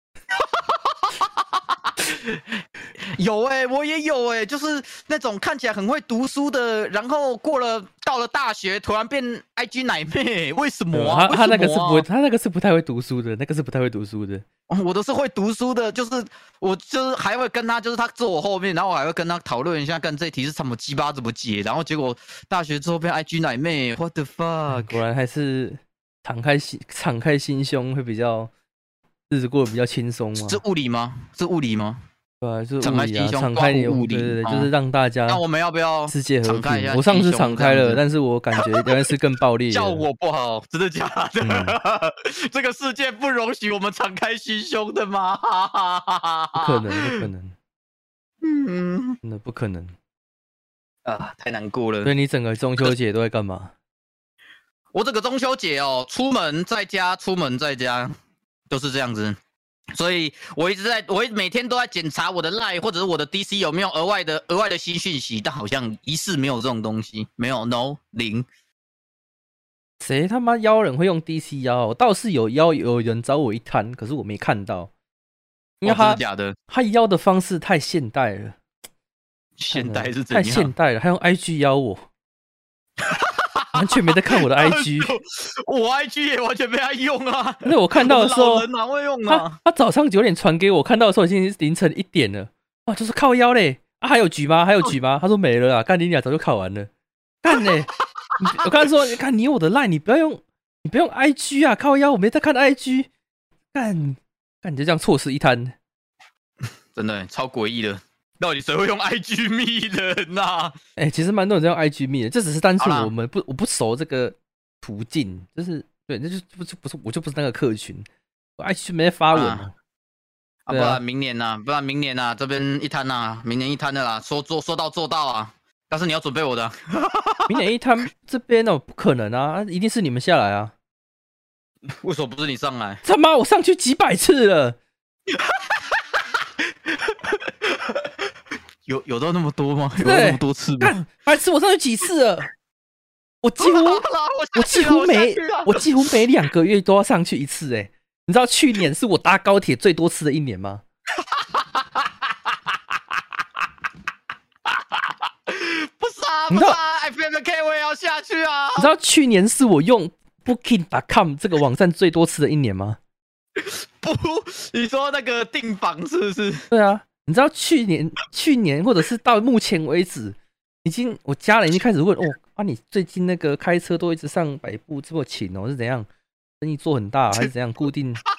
有我也有就是那种看起来很会读书的，然后到了大学突然变 IG 奶妹，为什么啊？ 他那个是不会，他那个是不太会读书的， 我都是会读书的，我就是还会跟他，就是他坐我后面，然后我还会跟他讨论一下，干这题是什么鸡巴怎么解，然后结果大学之后变 IG 奶妹 ，what the fuck？ 果然还是敞开心胸会比较日子过得比较轻松嘛。 是物理吗？ 对啊，就是敞开心胸， 敞开你物理， 对，就是让大家。 那我们要不要世界和平？ 敞开一下？ 我上次敞开了，但是我感觉原来是更暴烈。 效果不好，真的假的？这个世界不容许我们敞开心胸的吗？ 不可能，真的不可能啊！太难过了。 所以你整个中秋节都在干嘛？ 我整个中秋节出门在家，都是这样子。所以我每天都在检查我的 LINE 或者是我的 DC 有没有额外的新讯息，但好像疑似没有这种东西，没有 no 0。 谁他妈邀人会用 DC 邀？我倒是有人找我一摊，可是我没看到，因为他假的， 他邀的方式太现代了。 现代是怎样？ 太现代了，他用 IG 邀我。完全没在看我的 IG， 我 IG 也完全没在用啊。 那我看到的时候， 人哪会用啊？ 他早上9点传给我，看到的时候已经凌晨1点了。啊，就是靠腰嘞啊，还有局吗？他说没了啊，干你俩早就考完了。干嘞！我刚才说，看你有我的 LINE，你不要用 IG 啊，靠腰，我没在看 IG。干你就这样错失一摊， 真的超诡异的。到底谁会用 IG 密人啊？ 其实蛮多人在用 IG 密的，这只是单纯我不熟这个途径，就是对，那就不是我就不是那个客群，我 IG 没在发文嘛。 不然明年啊，这边一摊啊，明年一摊的啦，说到做到啊。但是你要准备我的。 明年一摊这边不可能啊，一定是你们下来啊。 为什么不是你上来？ 他妈，我上去几百次了。 有到那么多吗？有到那么多次吗？ 白痴，我上去几次了？我几乎每2个月都要上去一次。你知道去年是我搭高铁最多次的一年吗？ 不是啊，FMK 我也要下去啊。 你知道去年是我用 Booking.com 这个网站最多次的一年吗？ 不，你说那个订房是不是？ 对啊。你知道去年或者是到目前为止，我家人已经开始问你最近那个开车都一直上百步这么勤是怎样？生意做很大还是怎样？固定？ 好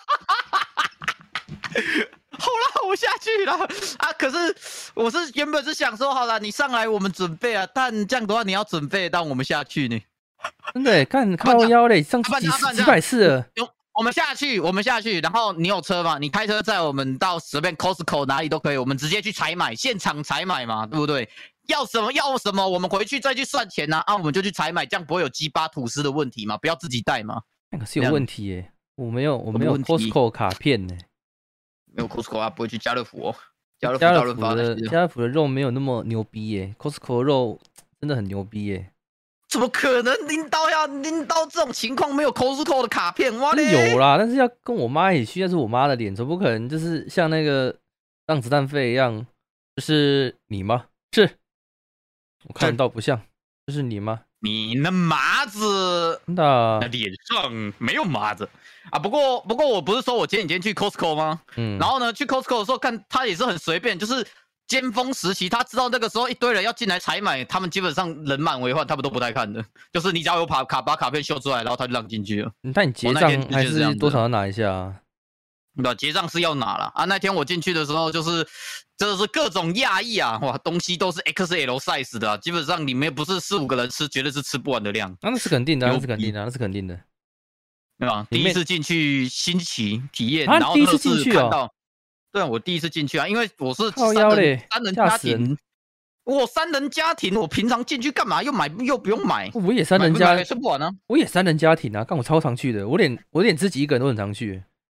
啦，我下去了啊！可是我是原本是想说，好了，你上来我们准备啊，但这样的话你要准备让我们下去呢。 真的干靠腰嘞，上几百次了。 我们下去，然后你有车吗？你开车载我们到随便 Costco 哪里都可以，我们直接去采买，现场采买嘛，对不对？要什么，我们回去再去算钱啊，我们就去采买，这样不会有鸡巴吐司的问题吗？不要自己带吗？ 那个是有问题耶，我没有 Costco 卡片呢， 没有 Costco 啊，不会去家乐福哦。家乐福的肉没有那么牛逼耶，Costco 肉真的很牛逼耶。 怎么可能拎到这种情况没有 Costco 的卡片？哇嘞！ 有啦，但是要跟我妈一起去，那是我妈的脸，总不可能就是像那个让子弹飞一样，就是你吗？是，我看到不像，就是你吗？ 你那麻子， 真的啊？ 脸上没有麻子啊。不过我不是说我前几天去 Costco 吗？然后呢，去 Costco 的时候看他也是很随便，就是尖峰时期，他知道那个时候一堆人要进来采买，他们基本上人满为患，他们都不带看的。就是你只要有把卡片秀出来，然后他就让进去了。 但你结账还是多少要拿一下啊？ 不，结账是要拿了啊。那天我进去的时候，就是真的是各种讶异啊！哇，东西都是 XL size 的、啊，基本上里面不是4-5个人吃，绝对是吃不完的量。 那是肯定的，那是肯定的，那是肯定的， 对吧？第一次进去新奇体验， 然后第一次进去看到，对啊，我第一次进去啊，因为我是三人家庭，我3人家庭，我平常进去干嘛？又不用买， 我也3人家吃不完啊， 我也3人家庭啊，看我超常去的，我连自己一个人都很常去。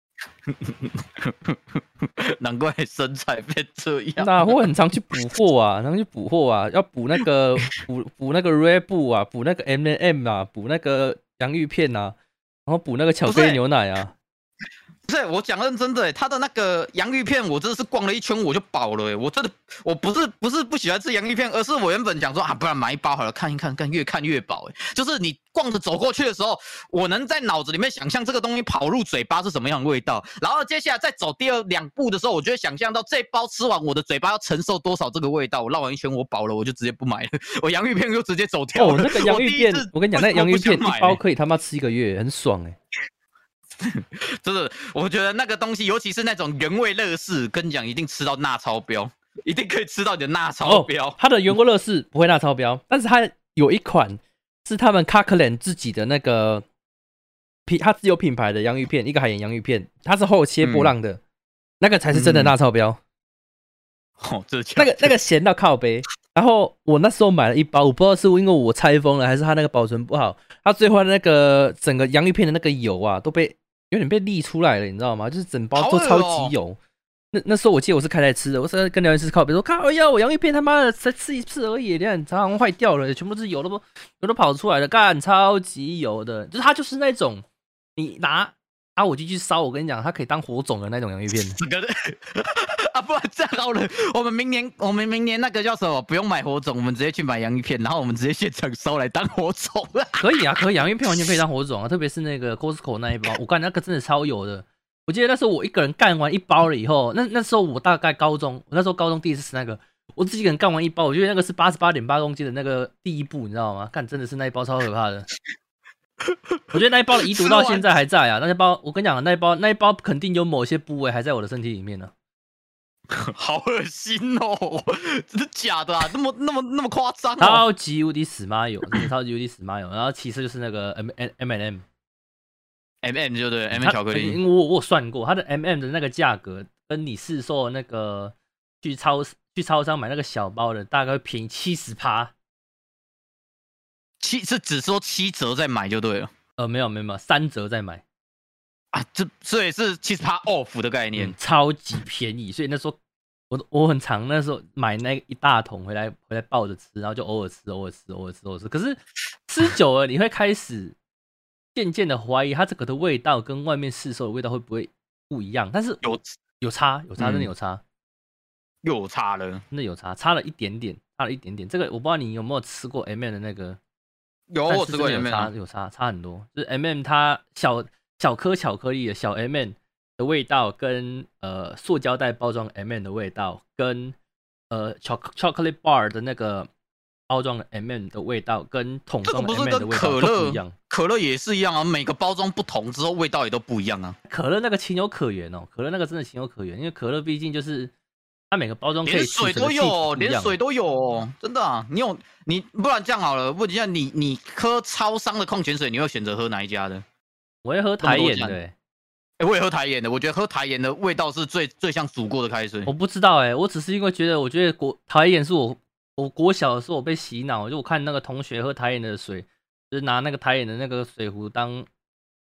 难怪身材变这样。 那我很常去补货啊，要补那个补那个 Red Bull 啊，补那个 M&M 啊，补那个洋芋片啊，然后补那个巧克力牛奶啊。 不是，我讲认真的，他的那个洋芋片，我真的是逛了一圈我就饱了。我真的，我不是不喜欢吃洋芋片，而是我原本想说啊，不然买一包好了，看一看，越看越饱。就是你逛着走过去的时候，我能在脑子里面想象这个东西跑入嘴巴是什么样的味道，然后接下来再走第2步的时候，我就会想象到这包吃完我的嘴巴要承受多少这个味道。我绕完一圈我饱了，我就直接不买了，我洋芋片就直接走掉了。 那个洋芋片，我跟你讲，那洋芋片一包可以他妈吃1个月，很爽真的，我觉得那个东西，尤其是那种原味乐事，跟你讲，一定吃到钠超标，一定可以吃到你的钠超标。 它的原味乐事不会钠超标，但是它有一款是他们 Kirkland 自己的那个它自有品牌的洋芋片，一个海盐洋芋片，它是后切波浪的，那个才是真的钠超标。那个咸到靠背。然后我那时候买了一包，我不知道是因为我拆封了，还是它那个保存不好，它最后那个整个洋芋片的那个油啊，都有点被沥出来了，你知道吗？就是整包都超级油。那时候我记得我是开来吃的，我是跟聊天室靠背说，靠呀，我洋芋片他妈的才吃1次而已，你看常常坏掉了，全部是油都跑出来了，干超级油的，就是它就是那种你拿我就去烧，我跟你讲，它可以当火种的那种洋芋片。 这个啊，不然这样好了，我们明年那个叫什么？不用买火种，我们直接去买洋芋片，然后我们直接现场烧来当火种。 可以啊，洋芋片完全可以当火种啊，特别是那个 Costco 那一包，我干那个真的超油的。我记得那时候我一个人干完1包了以后，那时候我大概高中，我那时候高中第一次吃那个，我自己一个人干完1包，我觉得那个是88.8公斤的那个第一步，你知道吗？干真的是那一包超可怕的。我觉得那一包的遗毒到现在还在啊，那一包我跟你讲，那一包肯定有某些部位还在我的身体里面呢。 好恶心哦！真的假的啊？那么夸张？ 超级无敌死妈油，真的超级无敌死妈油。然后其次就是那个 M&M 就对 M&M 巧克力， 因为我算过，它的 M&M 的那个价格跟你市售那个去超商买那个小包的大概会便宜70%。 是只说7折再买就对了。 没有3折再买啊，所以是70% off 的概念， 超级便宜。所以那时候我很常那时候买那一大桶回来抱着吃，然后就偶尔吃。可是吃久了，你会开始渐渐的怀疑它这个的味道跟外面市售的味道会不会不一样？但是有差，真的有差， 有差了， 真的有差，差了一点点。这个我不知道你有没有吃过 M&M 的那个。 有，我吃过 M&M， 有差很多。就是 M&M 它小颗巧克力的小 M&M 的味道，跟塑胶袋包装 M&M 的味道，跟chocolate bar 的那个包装的 M&M 的味道，跟桶装的 M&M 的味道都不一样。 可乐也是一样啊，每个包装不同之后味道也都不一样啊。 可乐那个情有可原哦，可乐那个真的情有可原，因为可乐毕竟就是它每个包装可以连水都有，真的啊！你不然这样好了，问一下你喝超商的矿泉水，你会选择喝哪一家的？ 我会喝台盐的。 我也喝台盐的，我觉得喝台盐的味道是最像煮过的开水。 我不知道我只是因为我觉得台盐是我国小的时候我被洗脑，就我看那个同学喝台盐的水，就是拿那个台盐的那个水壶当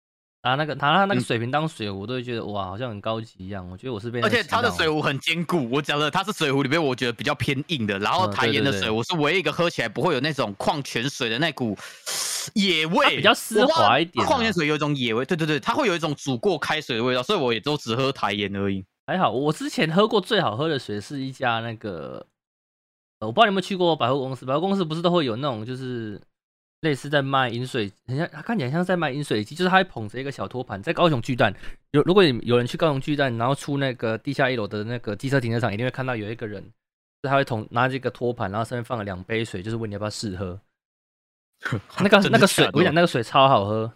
拿那个水瓶当水壶，我都会觉得哇，好像很高级一样。我觉得我是被， 而且它的水壶很坚固。我讲的它是水壶里面我觉得比较偏硬的，然后台盐的水壶是唯一一个喝起来不会有那种矿泉水的那股野味， 比较丝滑一点。 矿泉水有一种野味，对，它会有一种煮过开水的味道，所以我也都只喝台盐而已。 还好，我之前喝过最好喝的水是一家那个，我不知道你有没有去过百货公司，百货公司不是都会有那种就是类似在卖饮水，很像，它看起来像在卖饮水机，就是它会捧着一个小托盘，在高雄巨蛋，如果有人去高雄巨蛋，然后出那个地下1楼的那个机车停车场，一定会看到有一个人，他会拿着一个托盘，然后上面放了2杯水，就是问你要不要试喝。那个水，我跟你讲，那个水超好喝。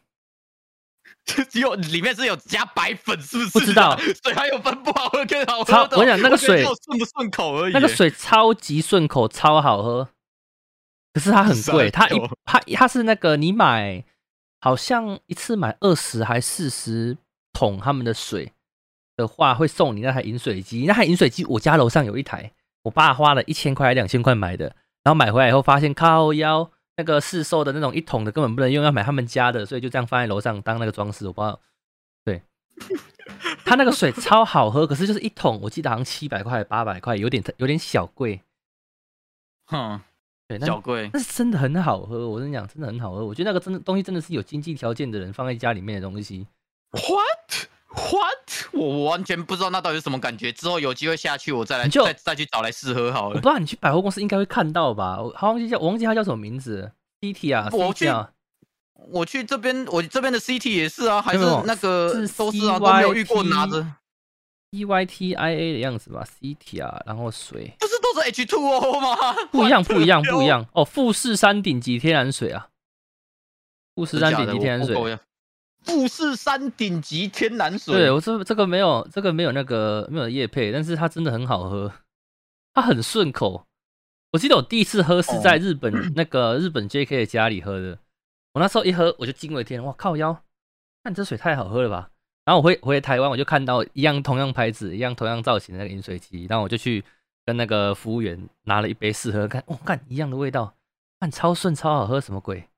里面是有加白粉，是不是？ 不知道， 水还有分不好喝跟好喝的。 我跟你讲，那个水顺不顺口而已。 那个水超级顺口，超好喝。可是它很贵，它是那个你买，好像一次买20还40桶他们的水的话，会送你那台饮水机。那台饮水机我家楼上有一台，我爸花了1000块2000块买的，然后买回来以后发现靠腰。那个市售的那种1桶的根本不能用，要买他们家的，所以就这样放在楼上当那个装饰。我不知道，对，他那个水超好喝，可是就是1桶，我记得好像700块、800块，有点小贵。对， 小贵， 但是真的很好喝。我跟你讲，真的很好喝。我觉得那个东西真的是有经济条件的人放在家里面的东西。 What？ 我完全不知道那到底是什么感觉。之后有机会下去，我再去找来试喝好了。 我不知道你去百货公司应该会看到吧？我忘记它叫什么名字 ，CT 啊，我去这边，我这边的 CT 也是啊，还是那个都是啊，都没有遇过拿着 EYTIA 的样子吧 ，CT 啊，然后水不是都是 H2O 吗？ 不一样哦，富士山顶级天然水啊，富士山顶级天然水。 富士山顶级天然水， 对我这个没有那个没有业配，但是它真的很好喝，它很顺口。我记得我第一次喝是在日本那个日本 JK 的家里喝的，我那时候一喝我就惊为天，哇靠腰，看这水太好喝了吧！然后我回台湾我就看到同样牌子同样造型的那个饮水机，然后我就去跟那个服务员拿了一杯试喝，看一样的味道，看超顺超好喝，什么鬼？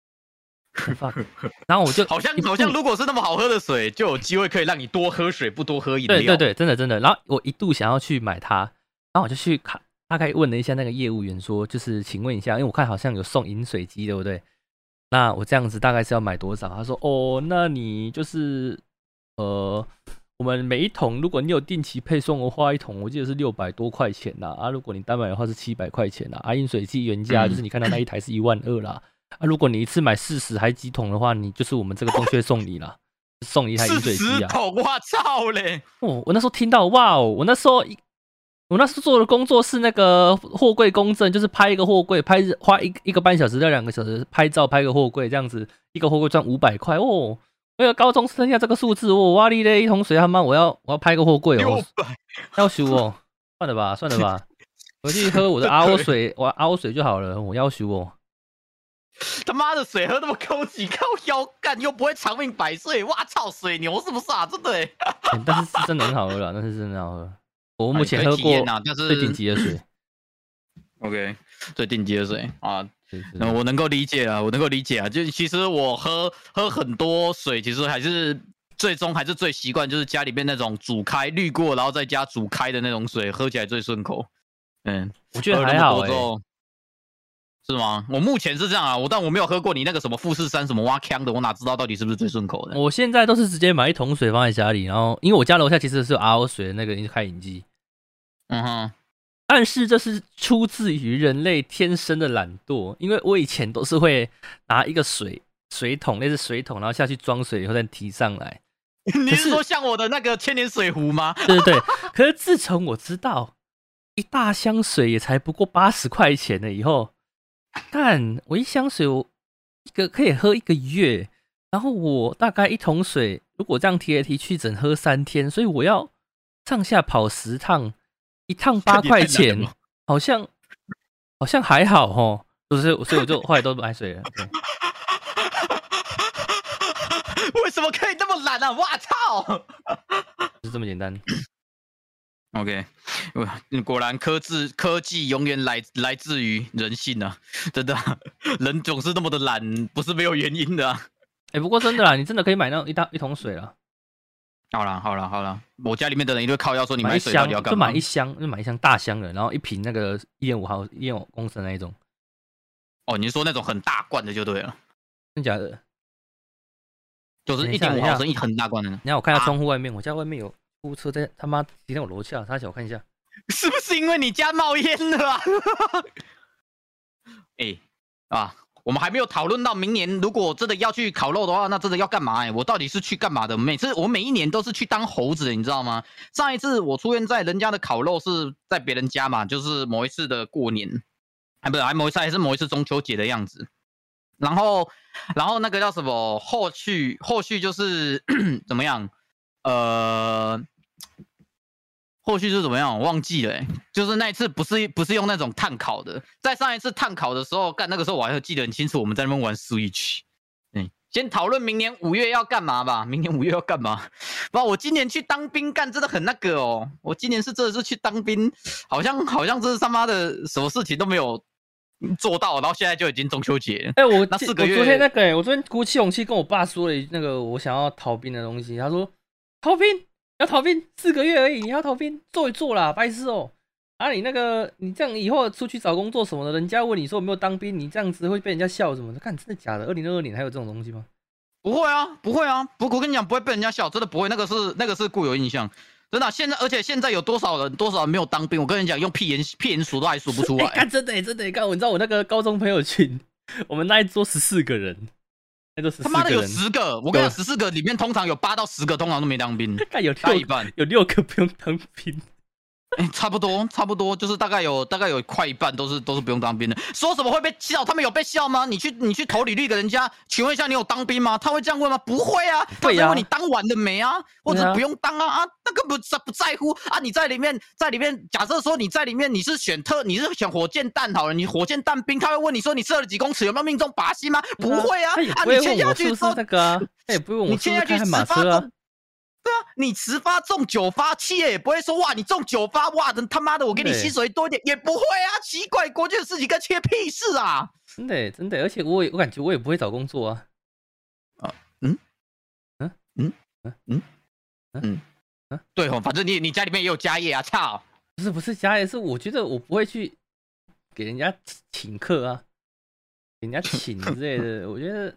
然后我就好像如果是那么好喝的水，就有机会可以让你多喝水，不多喝饮料。 对，真的。然后我一度想要去买它，然后我就去大概问了一下那个业务员说，就是请问一下，因为我看好像有送饮水机，对不对？那我这样子大概是要买多少？他说那你就是我们每1桶，如果你有定期配送的话，1桶我记得是600多块钱啦。如果你单买的话是700块钱啦。饮水机原价就是你看到那一台是12000啦。如果你一次买40还几桶的话，你就是我们这个东西会送你啦，送你一台饮水机啊！40 桶，哇操嘞！ 我那时候听到，哇哦！我那时候做的工作是那个货柜公证，就是拍一个货柜，花一个半小时到2个小时拍照拍个货柜，这样子一个货柜赚500块哦。为了高中生下这个数字，哇哩嘞，1桶水他妈我要拍个货柜哦，要求哦，算了吧，回去喝我的RO水，我RO水就好了，我要求哦。 他妈的水喝那么高级，靠腰干又不会长命百岁，哇操，水牛是不是啊？真的哎， 但是真的很好喝啦，但是真的好喝。我目前喝过最顶级的水。 OK， 最顶级的水啊，我能够理解啊，就其实我喝很多水，其实最终还是最习惯，就是家里面那种煮开滤过，然后再加煮开的那种水，喝起来最顺口。 我觉得还好是吗？我目前是这样啊，但我没有喝过你那个什么富士山什么挖腔的，我哪知道到底是不是最顺口的？ 我现在都是直接买1桶水放在家里，然后因为我家楼下其实是有 RO 水的那个开饮机，但是这是出自于人类天生的懒惰，因为我以前都是会拿一个水桶，类似水桶，然后下去装水以后再提上来。 你是说像我的那个千年水壶吗？ 对。可是自从我知道一大箱水也才不过80块钱了以后，干我1箱水我可以喝1个月，然后我大概1桶水如果这样提来提去只能喝3天，所以我要上下跑10趟，1趟8块钱，好像还好齁，所以我就后来都买水了。 为什么可以那么懒啊？哇操！ 就这么简单。 OK， 果然科技永远来自于人性啊！真的，人总是那么的懒，不是没有原因的啊。 不过真的啦，你真的可以买那种一桶水啦。 好了，我家里面的人一定会靠腰说你买买水到底要干嘛？ 就买一箱大箱的，然后一瓶那个1.5公升那一种。 哦，你是说那种很大罐的就对了， 真假的？ 就是1.5毫升一很大罐的。 你看我看一下窗户外面，我家外面有救护车在他妈停在我楼下，他小我看一下， 是不是因为你家冒烟了啊？我们还没有讨论到明年如果真的要去烤肉的话，那真的要干嘛？我到底是去干嘛的？我每一年都是去当猴子的，你知道吗？上一次我出现在人家的烤肉是在别人家嘛，就是某一次的过年，还某一次中秋节的样子。然后那个叫什么？后续就是怎么样？后续是怎么样？我忘记了就是那一次不是用那种炭烤的，在上一次炭烤的时候，那个时候我还记得很清楚，我们在那边玩 Switch。先讨论明年5月要干嘛吧。明年5月要干嘛？不，我今年去当兵干真的很那个哦。我今年真的是去当兵，好像这是他妈的什么事情都没有做到，然后现在就已经中秋节。 我那4个月， 我昨天我昨天鼓起勇气跟我爸说了那个我想要逃兵的东西，他说逃兵。要逃兵4个月而已，你要逃兵做一做啦，白痴哦！你你这样以后出去找工作什么的，人家问你说有没有当兵，你这样子会被人家笑什么的？看真的假的？2022年还有这种东西吗？ 不会啊，我跟你讲不会被人家笑，真的不会，那个是固有印象，真的。而且现在有多少人没有当兵？我跟你讲，用屁眼数都还数不出来。 真的，看我知道我那个高中朋友群，我们那一桌14个人。 他妈的有10个，我跟你讲，14个里面通常有8到10个通常都没当兵， 大一半，有6个不用当兵。 差不多，就是大概有快一半都是不用当兵的。说什么会被笑？他们有被笑吗？你去投履历给人家，请问一下你有当兵吗？他会这样问吗？不会啊，他会问你当完了没啊，或者不用当啊那个不在乎啊。你在里面，假设说你在里面你是选火箭弹好了，你火箭弹兵，他会问你说你射了几公尺，有没有命中靶心吗？不会啊， 你签下去说那个啊，他也不会问我是不是开马车啊。 对啊，你10发中9发，企业也不会说哇，你中9发，哇，他妈的，我给你薪水多一点，也不会啊，奇怪，国际的事情跟切屁事啊！ 真的，而且我感觉我也不会找工作啊。 对哦，反正你家里面也有家业啊，操！ 不是家业，是我觉得我不会去给人家请客啊，给人家请之类的，我觉得，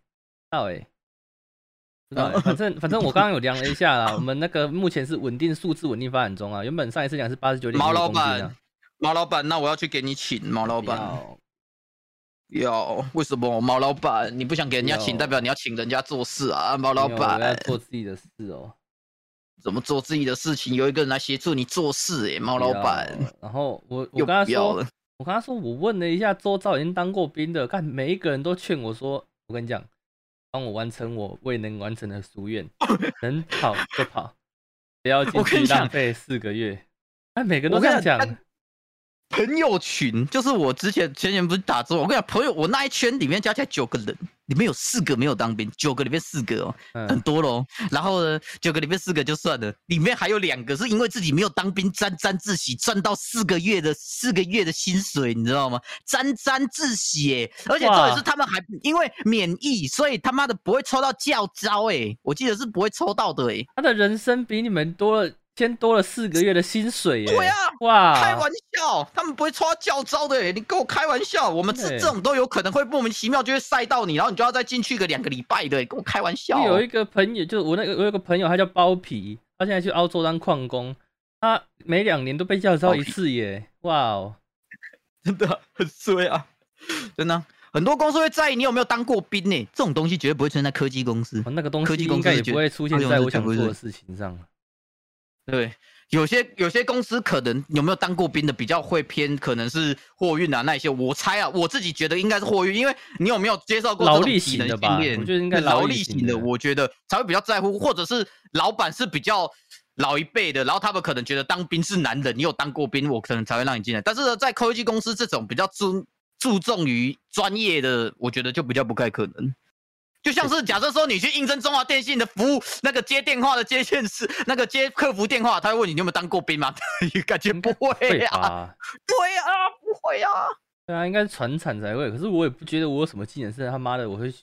反正我刚刚有量了一下啦，我们那个目前是数字稳定发展中啊。原本上一次讲是89.5公斤啊。 毛老板，那我要去给你请毛老板。要为什么毛老板你不想给人家请，代表你要请人家做事啊？毛老板， 我要做自己的事哦。 怎么做自己的事情？有一个人来协助你做事毛老板。 然后我跟他说，我问了一下周遭已经当过兵的，看每一个人都劝我说，我跟你讲。帮我完成我未能完成的夙愿，能跑就跑，不要进去浪费4个月。每个人都这样讲。 朋友群就是我前年不是打字，我跟你讲，朋友我那一圈里面加起来9个人，里面有4个没有当兵，9个里面4个哦，很多咯。然后呢，9个里面4个就算了，里面还有2个是因为自己没有当兵沾自喜，赚到4个月的薪水，你知道吗？沾自喜而且重点是他们还因为免疫，所以他妈的不会抽到教招我记得是不会抽到的他的人生比你们先多了4个月的薪水对啊， 哇， 开玩笑，他们不会抽到教招的你跟我开玩笑，我们这种都有可能会莫名其妙就会晒到你，然后你就要再进去个2个礼拜的跟我开玩笑。 有一个朋友，就是我有个朋友，他叫包皮，他现在去澳洲当矿工，他每2年都被教招1次哇哦， 真的很衰啊，真的。很多公司会在意你有没有当过兵这种东西绝对不会出现在科技公司， 那个东西应该也不会出现在我想做的事情上。 对，有些公司可能有没有当过兵的比较会偏，可能是货运啊那一些。我猜啊，我自己觉得应该是货运，因为你有没有接受过这种体能训练？ 我觉得应该劳力型的，我觉得才会比较在乎，或者是老板是比较老一辈的，然后他们可能觉得当兵是男人，你有当过兵，我可能才会让你进来。但是呢，在科技公司这种比较注重于专业的，我觉得就比较不太可能。就像是假设说你去应征中华电信的服务，那个接电话的接线室，那个接客服电话，他会问你有没有当过兵吗？感觉不会啊，对啊，不会啊， 对啊，应该是传产才会。可是我也不觉得我有什么技能是他妈的我会想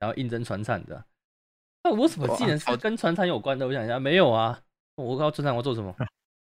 想要应征传产的。那我什么技能是跟传产有关的？我想一下，没有啊。我靠，传产我做什么？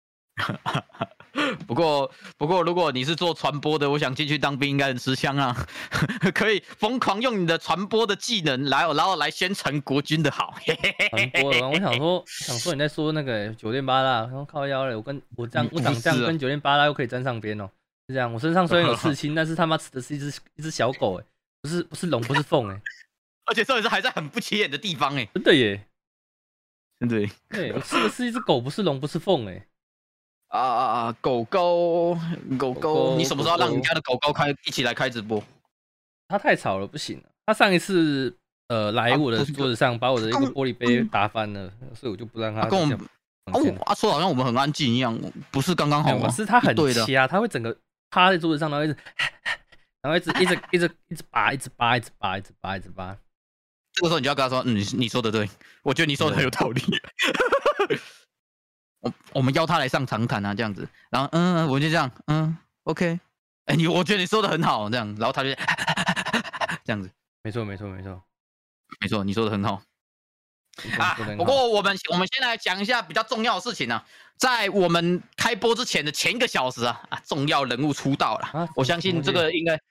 不过，如果你是做传播的，我想进去当兵应该很吃香啊，可以疯狂用你的传播的技能然后来宣传国军的好。 传播的，我想说你在说那个酒店巴拉，然后靠腰嘞，我长这样跟酒店巴拉又可以沾上边哦，是这样。我身上虽然有刺青，但是他妈吃的是一只小狗不是龙不是凤而且重点是还在很不起眼的地方真的耶， 对， 我吃的是一只狗，不是龙不是凤狗狗，你什么时候让你家的狗狗一起来开直播？ 它太吵了，不行。它上一次来我的桌子上，把我的一个玻璃杯打翻了，所以我就不让它。 跟我们说好像我们很安静一样，不是刚刚好吗？ 是它很掐，它会整个趴在桌子上，然后一直扒。 这个时候你就要跟他说，你说的对，我觉得你说的很有道理。我们邀他来上长谈啊，这样子，然后我就这样，OK， 我觉得你说的很好，这样，然后他就这样子， 没错， 你说的很好啊。不过我们先来讲一下比较重要的事情啊，在我们开播之前的前1个小时重要人物出道了，我相信这个应该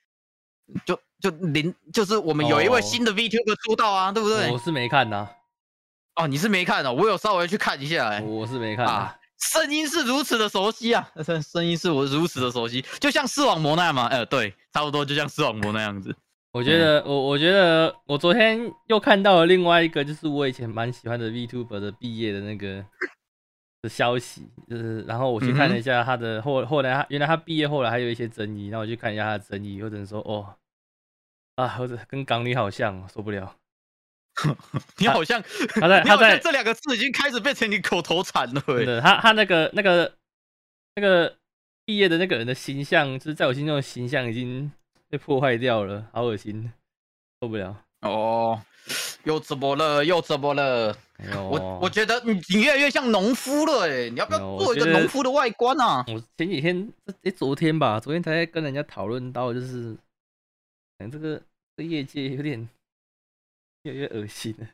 就是我们有一位新的 VTuber 出道啊，对不对？ 我是没看的。 你是没看我有稍微去看一下我是没看声音是如此的熟悉啊，声音是我如此的熟悉，就像视网膜那样嘛，对，差不多就像视网膜那样子。 我觉得我昨天又看到了另外一个，就是我以前蛮喜欢的 VTuber 的毕业的那个的消息，就是然后我去看了一下他的后来原来他毕业后来还有一些争议，然后我去看一下他的争议，我只能说或者跟港女好像，受不了。 你好像他在这2个字已经开始变成你口头禅了。 对，他那个毕业的那个人的形象，就是在我心中的形象已经被破坏掉了，好恶心，受不了。 又怎么了？我觉得你越来越像农夫了你要不要做一个农夫的外观啊？ 我前几天昨天才跟人家讨论到，就是这个业界有点越来越恶心了。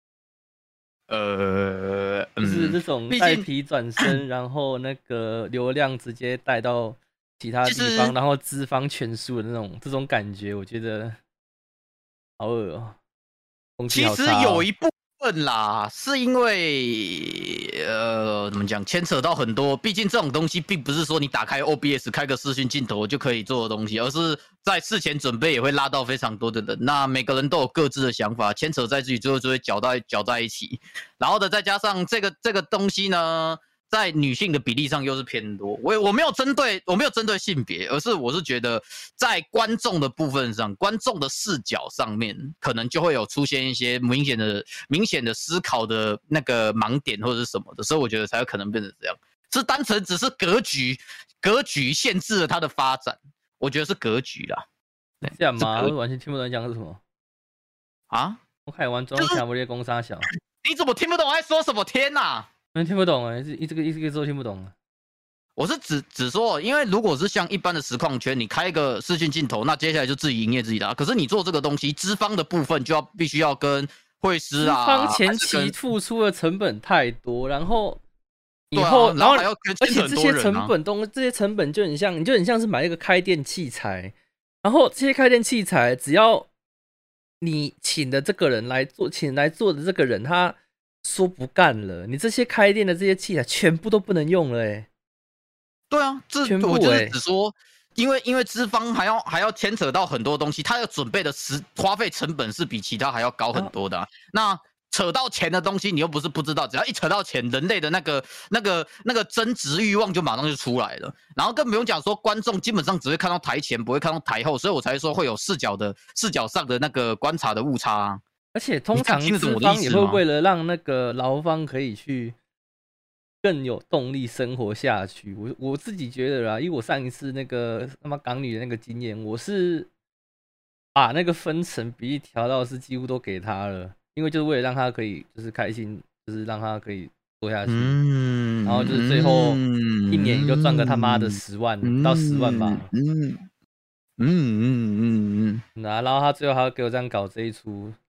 就是这种带皮转身，然后那个流量直接带到其他地方，然后资方全输的这种感觉，我觉得好恶其实有一部分啦，是因为怎么讲，牵扯到很多，毕竟这种东西并不是说你打开 OBS 开个视讯镜头就可以做的东西，而是在事前准备也会拉到非常多的人，那每个人都有各自的想法，牵扯在自己最后就会搅在一起，然后再加上这个东西呢，在女性的比例上又是偏多。我没有针对性别，而是我是觉得在观众的部分上，观众的视角上面，可能就会有出现一些明显的思考的那个盲点或者是什么的，所以我觉得才有可能变成这样。是单纯只是格局限制了它的发展，我觉得是格局啦。 这样吗？我完全听不懂你讲的是什么啊？ 我看完中强不列攻杀小， 你怎么听不懂我在说什么？天哪！ 听不懂这个字听不懂。 我是只说，因为如果是像一般的实况圈，你开一个视讯镜头，那接下来就自己营业自己的。可是你做这个东西，资方的部分就必须要跟会师资方前期付出的成本太多，然后以后然后还要而且这些成本就很像是买一个开店器材，然后这些开店器材只要你请的这个人来做的这个人他说不干了，你这些开店的这些器材全部都不能用了对啊，全部我就是只说，因为资方还要牵扯到很多东西，他要准备的花费成本是比其他还要高很多的那扯到钱的东西，你又不是不知道，只要一扯到钱，人类的那个增值欲望就马上就出来了。然后更不用讲说，观众基本上只会看到台前，不会看到台后，所以我才说会有视角上的那个观察的误差而且通常资方也会为了让那个劳方可以去更有动力生活下去，我自己觉得啦，因为我上一次那个他妈港女的那个经验，我是把那个分成比例调到是几乎都给他了，因为就是为了让他可以就是开心，就是让他可以做下去，然后就是最后一年就赚个他妈的10万到10万吧，然后他最后还要给我这样搞这一出。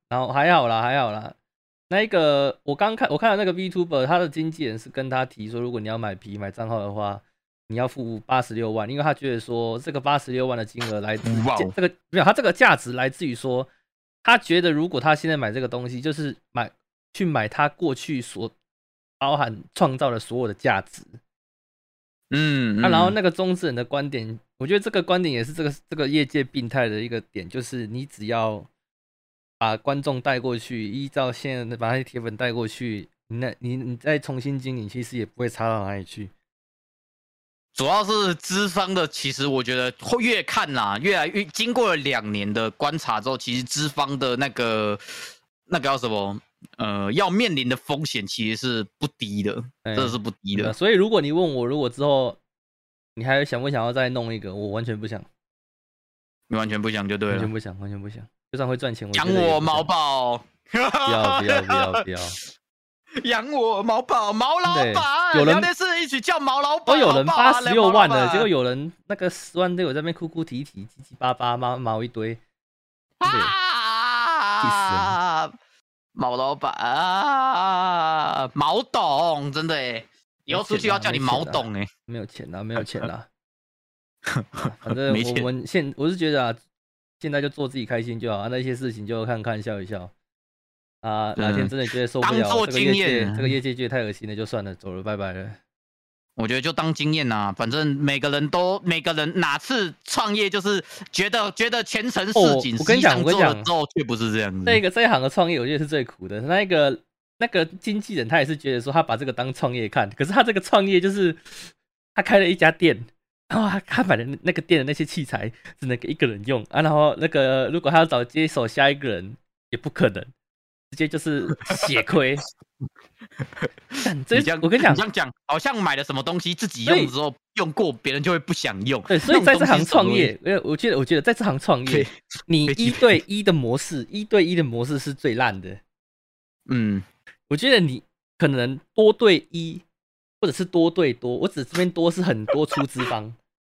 然后还好啦。那个我看到那个 VTuber， 他的经纪人是跟他提说，如果你要买账号的话，你要付86万，因为他觉得说这个86万的金额来自这个没有，他这个价值来自于说，他觉得如果他现在买这个东西，就是去买他过去所包含创造的所有的价值。然后那个中之人的观点，我觉得这个观点也是这个业界病态的一个点，就是你只要把观众带过去，依照现在的把那些铁粉带过去，你再重新经营，其实也不会差到哪里去。 主要是资方的，其实我觉得会越看啦，越来越经过了2年的观察之后，其实资方的那个叫什么？要面临的风险其实是不低的，真的是不低的。 所以如果你问我，如果之后你还想不想要再弄一个，我完全不想。 你完全不想就对了。 完全不想。就算会赚钱， 养我毛宝。 不要。 养我毛宝，毛老板。 有人聊天室一起叫毛老板。 都有人86万的，结果有人那个10万都有在那边哭哭啼啼、叽叽巴巴、毛一堆。气死人！ 毛老板啊，毛董，真的哎，以后出去要叫你毛董哎。 没有钱啦。反正我是觉得现在就做自己开心就好，那些事情就看看笑一笑。哪天真的觉得受不了这个业界觉得太恶心了，就算了，走了，拜拜了。 我觉得就当经验呐，反正每个人哪次创业就是觉得前程似锦， 我跟你讲， 之后却不是这样子。 这一行的创业，我觉得是最苦的。那个经纪人他也是觉得说他把这个当创业看，可是他这个创业就是他开了一家店，然后他买的那个店的那些器材只能给一个人用啊，然后那个如果他要接手下一个人也不可能，直接就是血亏。我跟你讲， 你这样讲，好像买了什么东西自己用之后用过，别人就会不想用。 对，所以在这行创业，我觉得在这行创业，你1对1的模式是最烂的。我觉得你可能多对1，或者是多对多，我指这边多是很多出资方。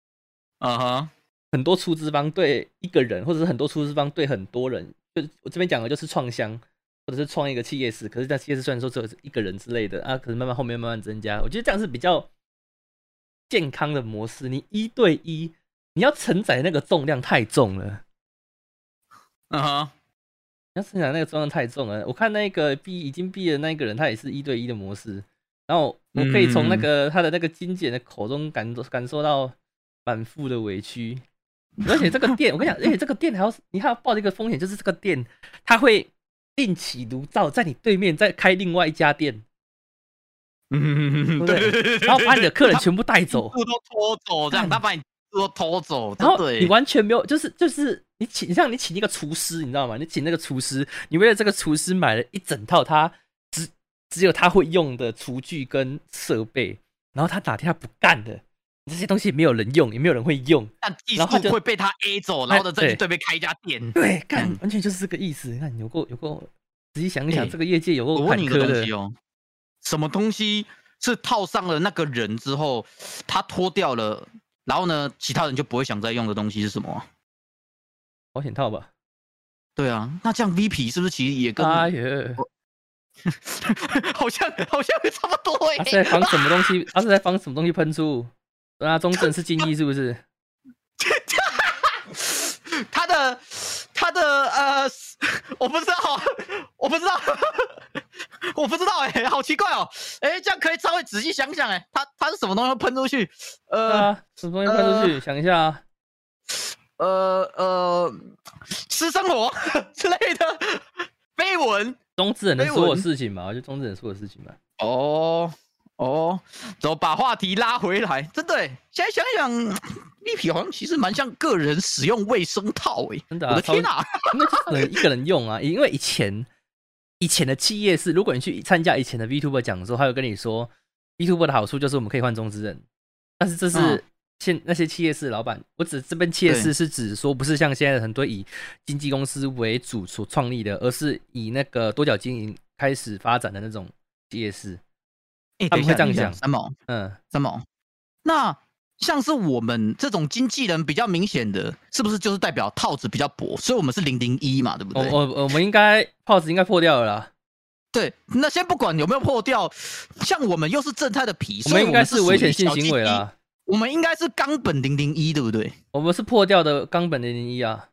很多出资方对一个人，或者是很多出资方对很多人，就我这边讲的就是创箱。或者是创一个企业室，可是在企业室虽然说只有一个人之类的可能后面慢慢增加，我觉得这样是比较健康的模式。你1对1，你要承载那个重量太重了。你要承载那个重量太重了。我看那个已经毕业的那个人，他也是1对1的模式，然后我可以从那个他的那个经纪人的口中感受到满腹的委屈。而且这个店，我跟你讲，而且这个店你还要抱着一个风险，就是这个店它会另起炉灶，在你对面再开另外一家店，对不对？然后把你的客人全部带走， 都拖走，这样他把你都拖走， 然后你完全没有，就是你请一个厨师，你知道吗？你请那个厨师，你为了这个厨师买了一整套他只有他会用的厨具跟设备，然后他哪天他不干的。这些东西没有人用，也没有人会用， 但技术会被他 A 走，然后再去对面开一家店。 对，干完全就是这个意思。你看有够，仔细想一想，这个业界有够坎坷的。 我问你一个东西哦，什么东西是套上了那个人之后，他脱掉了，然后呢，其他人就不会想再用的东西是什么？ 保险套吧。 对啊，那这样 VP 是不是其实也跟？好像差不多哎。 他是在防什么东西？他是在防什么东西喷出？中正是精益是不是？ 他的我不知道哎，好奇怪哦，哎，这样可以稍微仔细想想哎，他是什么东西喷出去？ 什么东西喷出去？想一下啊， 私生活之类的绯闻， 中之人的所有事情嘛，就中之人所有事情嘛。 走，把话题拉回来，真的耶，现在想想，VP 好像其实蛮像个人使用卫生套哎， 真的我的天哪， 因为就是一个人用啊，因为以前的企业是，如果你去参加以前的 VTuber 讲的时候，他会跟你说 VTuber 的好处就是我们可以换中之人，但是这是那些企业室老板，我指这边企业室是指说不是像现在很多以经纪公司为主所创立的，而是以那个多角经营开始发展的那种企业室。他们会这样讲， 三毛，那像是我们这种经纪人比较明显的，是不是就是代表套子比较薄，所以我们是001嘛，对不对？ 我们应该泡子应该破掉了啦。 对，那先不管有没有破掉，像我们又是正太的皮， 我们应该是危险性行为啦。 我们应该是冈本001，对不对？ 我们是破掉的冈本001啊。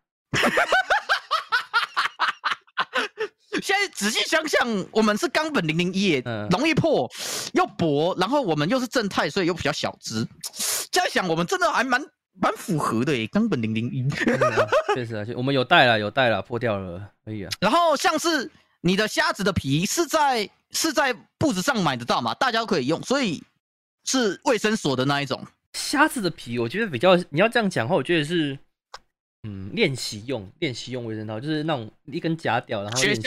现在仔细想想，我们是冈本001，容易破又薄，然后我们又是正太，所以又比较小只。这样想，我们真的还蛮符合的耶，冈本001。 确实啊，我们有带了，破掉了，可以啊。 然后像是你的虾子的皮是在布子上买得到嘛，大家都可以用，所以是卫生所的那一种。 虾子的皮，我觉得比较，你要这样讲的话，我觉得是，练习用卫生套，就是那种一根假屌，然后练习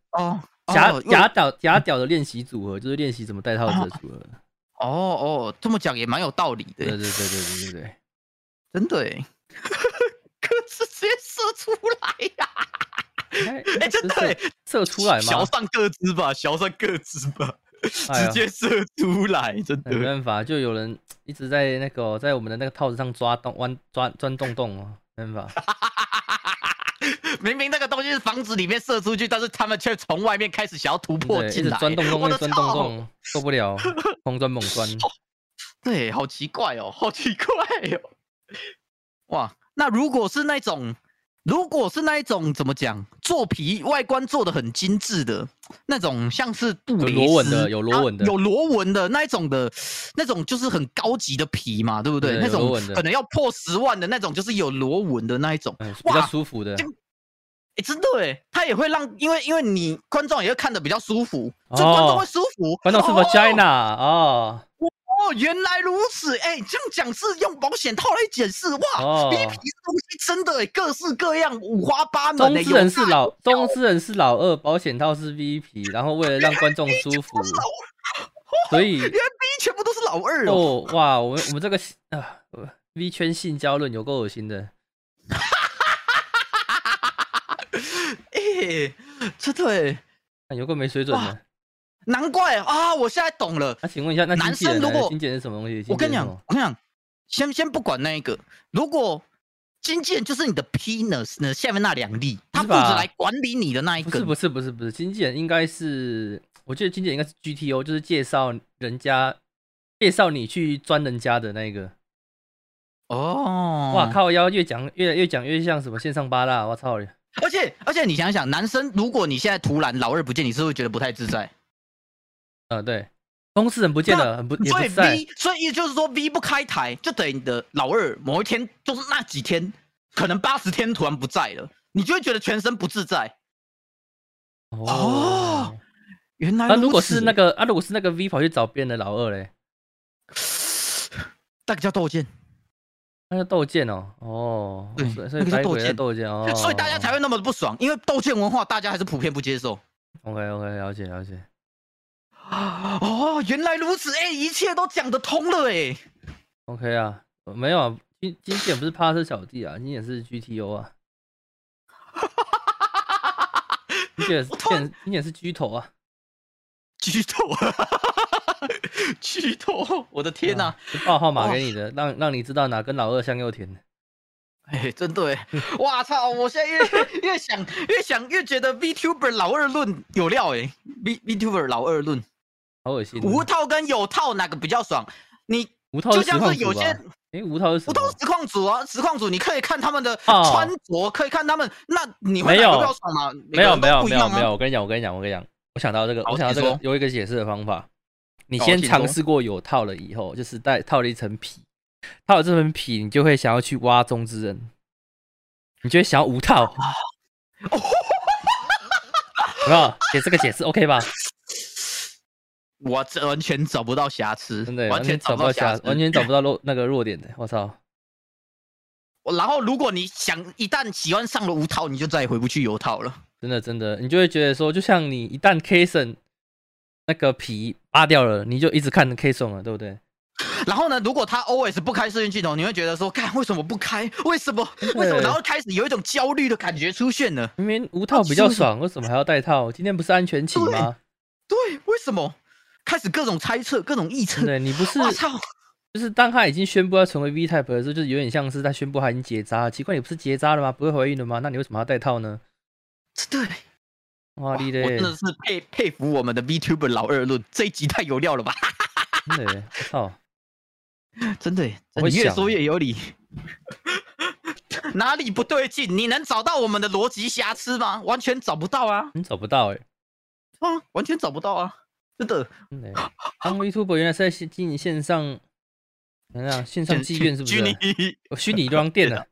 假屌的练习组合，就是练习怎么戴套子的组合。 这么讲也蛮有道理的。 对， 真的耶，可是直接射出来呀！真的射出来吗？ 小上各支吧，直接射出来，真的没办法，就有人一直在在我们的那个套子上钻洞洞哦，没办法。 明明那个东西是房子里面射出去，但是他们却从外面开始想要突破进来， 钻洞，受不了，狂钻猛钻。 对，好奇怪哦。哇，那如果是那一种怎么讲，做皮外观做的很精致的那种，像是布蕾丝有螺纹的那一种的，那种就是很高级的皮嘛，对不对？那种可能要破10万的那种，就是有螺纹的那一种， 比较舒服的。 真的哎，它也会让，因为你观众也会看得比较舒服，就观众会舒服。 观众是 vagina 哦。 原来如此，这样讲是用保险套来解释哇！V 皮这东西真的各式各样，五花八门。 中之人是老二，保险套是 V 皮，然后为了让观众舒服，所以原来 V 全部都是老二哦。哇，我们这个V 圈性交论有够恶心的。 真的有够没水准的。 难怪啊！我现在懂了。 那请问一下，那男生如果经纪人是什么东西？ 我跟你讲，先不管那一个，如果经纪人就是你的 penis 呢，下面那2粒，他负责来管理你的那一个。 不是，经纪人应该是，我觉得经纪人应该是 GTO， 就是介绍你去钻人家的那个。哇靠腰，越讲越像什么线上八大，我操！ 而且你想想，男生如果你现在突然老二不见，你是不是觉得不太自在？ 对，公司人不见了， 所以也就是说 V 不开台，就等于你的老二某一天就是那几天，可能80天突然不在了，你就会觉得全身不自在。原来如果是那个 V 跑去找别人的老二嘞， 那个叫斗剑。 那个斗剑哦， 对， 所以斗剑哦， 所以大家才会那么不爽，因为斗剑文化大家还是普遍不接受。 OK， 了解。 原来如此，一切都讲得通了 OK 啊，没有啊，经纪人不是帕特小弟啊，经纪人是 GTO 啊。经纪人是巨头啊。 巨头，我的天哪！ 报号码给你的，让你知道哪根老二香又甜。 真的哇操！我现在越想越觉得 VTuber 老二论有料VTuber 老二论， 好恶心。 无套跟有套哪个比较爽？你无套就像是有些无套是实况组啊，实况组你可以看他们的穿着，可以看他们，那你会哪个比较爽吗？ 没有，我跟你讲，我想到这个有一个解释的方法。你先尝试过有套了以后，就是套了一层皮，套了这层皮，你就会想要去挖中之人，你就会想要无套。有没有？给这个解释 OK 吧？ 我完全找不到瑕疵， 真的完全找不到瑕疵，完全找不到那个弱点的。我操！ 然后如果你一旦喜欢上了无套，你就再也回不去有套了。 真的，你就会觉得说，就像你一旦 Kason 那个皮扒掉了，你就一直看 Kason 了，对不对？ 然后呢，如果他 always 不开视讯镜头，你会觉得说，干为什么不开？为什么？然后开始有一种焦虑的感觉出现了。 明明无套比较爽，为什么还要戴套？今天不是安全期吗？ 对，为什么？开始各种猜测，各种臆测。 对，你不是， 我操！ 就是当他已经宣布要成为 V type 的时候，就是有点像是他宣布他已经结扎了。奇怪，你不是结扎了吗？不会怀孕了吗？那你为什么要戴套呢？ 对， 哇你我真的是佩服我们的 VTuber 老二论，这一集太有料了吧？ 真的，我操！ 真的，你越说越有理。哪里不对劲？你能找到我们的逻辑瑕疵吗？完全找不到啊！ 你找不到完全找不到啊！真的。 当 VTuber 原来是在经营线上，线上妓院是不是？虚拟装店啊！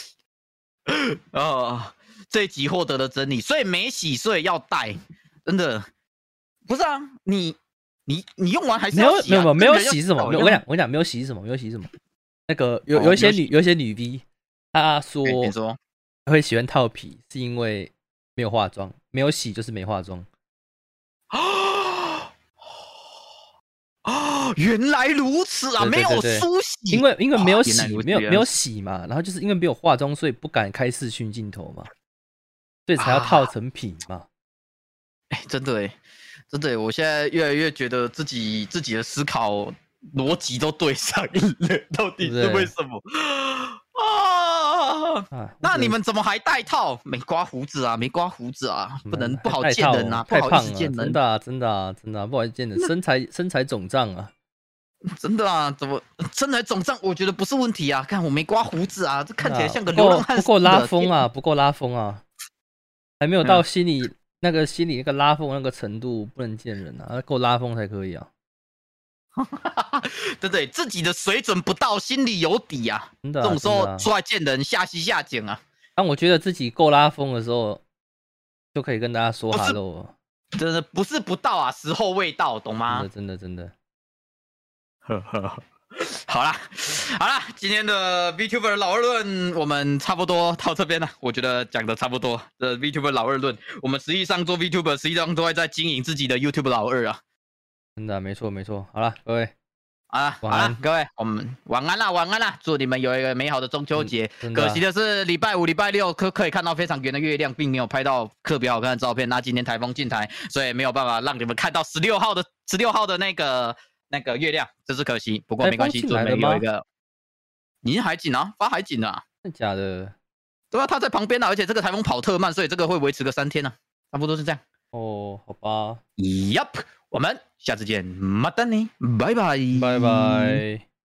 哦，这一集获得了真理，所以没洗，所以要戴，真的不是啊？你用完还是要洗啊？ 没有洗是什么？我跟你讲，没有洗是什么？没有洗什么？那个有一些女 V， 她说会喜欢套皮，是因为没有化妆，没有洗就是没化妆。 原来如此啊！没有梳洗， 因为没有洗，没有洗嘛，然后就是因为没有化妆，所以不敢开视讯镜头嘛，所以才要套成皮嘛。 真的真的，我现在越来越觉得自己的思考逻辑都对上了，到底是为什么啊？那你们怎么还戴套？没刮胡子啊，不好见人啊， 太胖了，真的不好见人，身材肿胀啊， 真的啊，怎么身材肿胀？我觉得不是问题啊，看我没刮胡子啊，这看起来像个流浪汉， 不够拉风啊，还没有到心里那个拉风那个程度，不能见人啊，够拉风才可以啊。 对，自己的水准不到，心里有底啊。 真的， 这种时候出来见人，下戏下井啊。 当我觉得自己够拉风的时候，就可以跟大家说 hello。 真的不是不到啊，时候未到，懂吗？ 真的。 好啦，今天的 VTuber 老二论我们差不多到这边了，我觉得讲的差不多。VTuber 老二论，我们实际上做 VTuber，实际上都在经营自己的 YouTube 老二啊。 真的，没错。好了，各位晚安，各位，我们晚安啦！祝你们有一个美好的中秋节。可惜的是，礼拜五、礼拜六可以看到非常圆的月亮，并没有拍到特别好看的照片。那今天台风进台，所以没有办法让你们看到16号的那个月亮，真是可惜。不过没关系，准备有一个，已经海警啊，发海警了。 真的假的？ 对啊，他在旁边啊，而且这个台风跑特慢，所以这个会维持个3天呢，差不多是这样。 哦，好吧。 Yup。我们下次见，马丹尼，拜拜， 拜拜。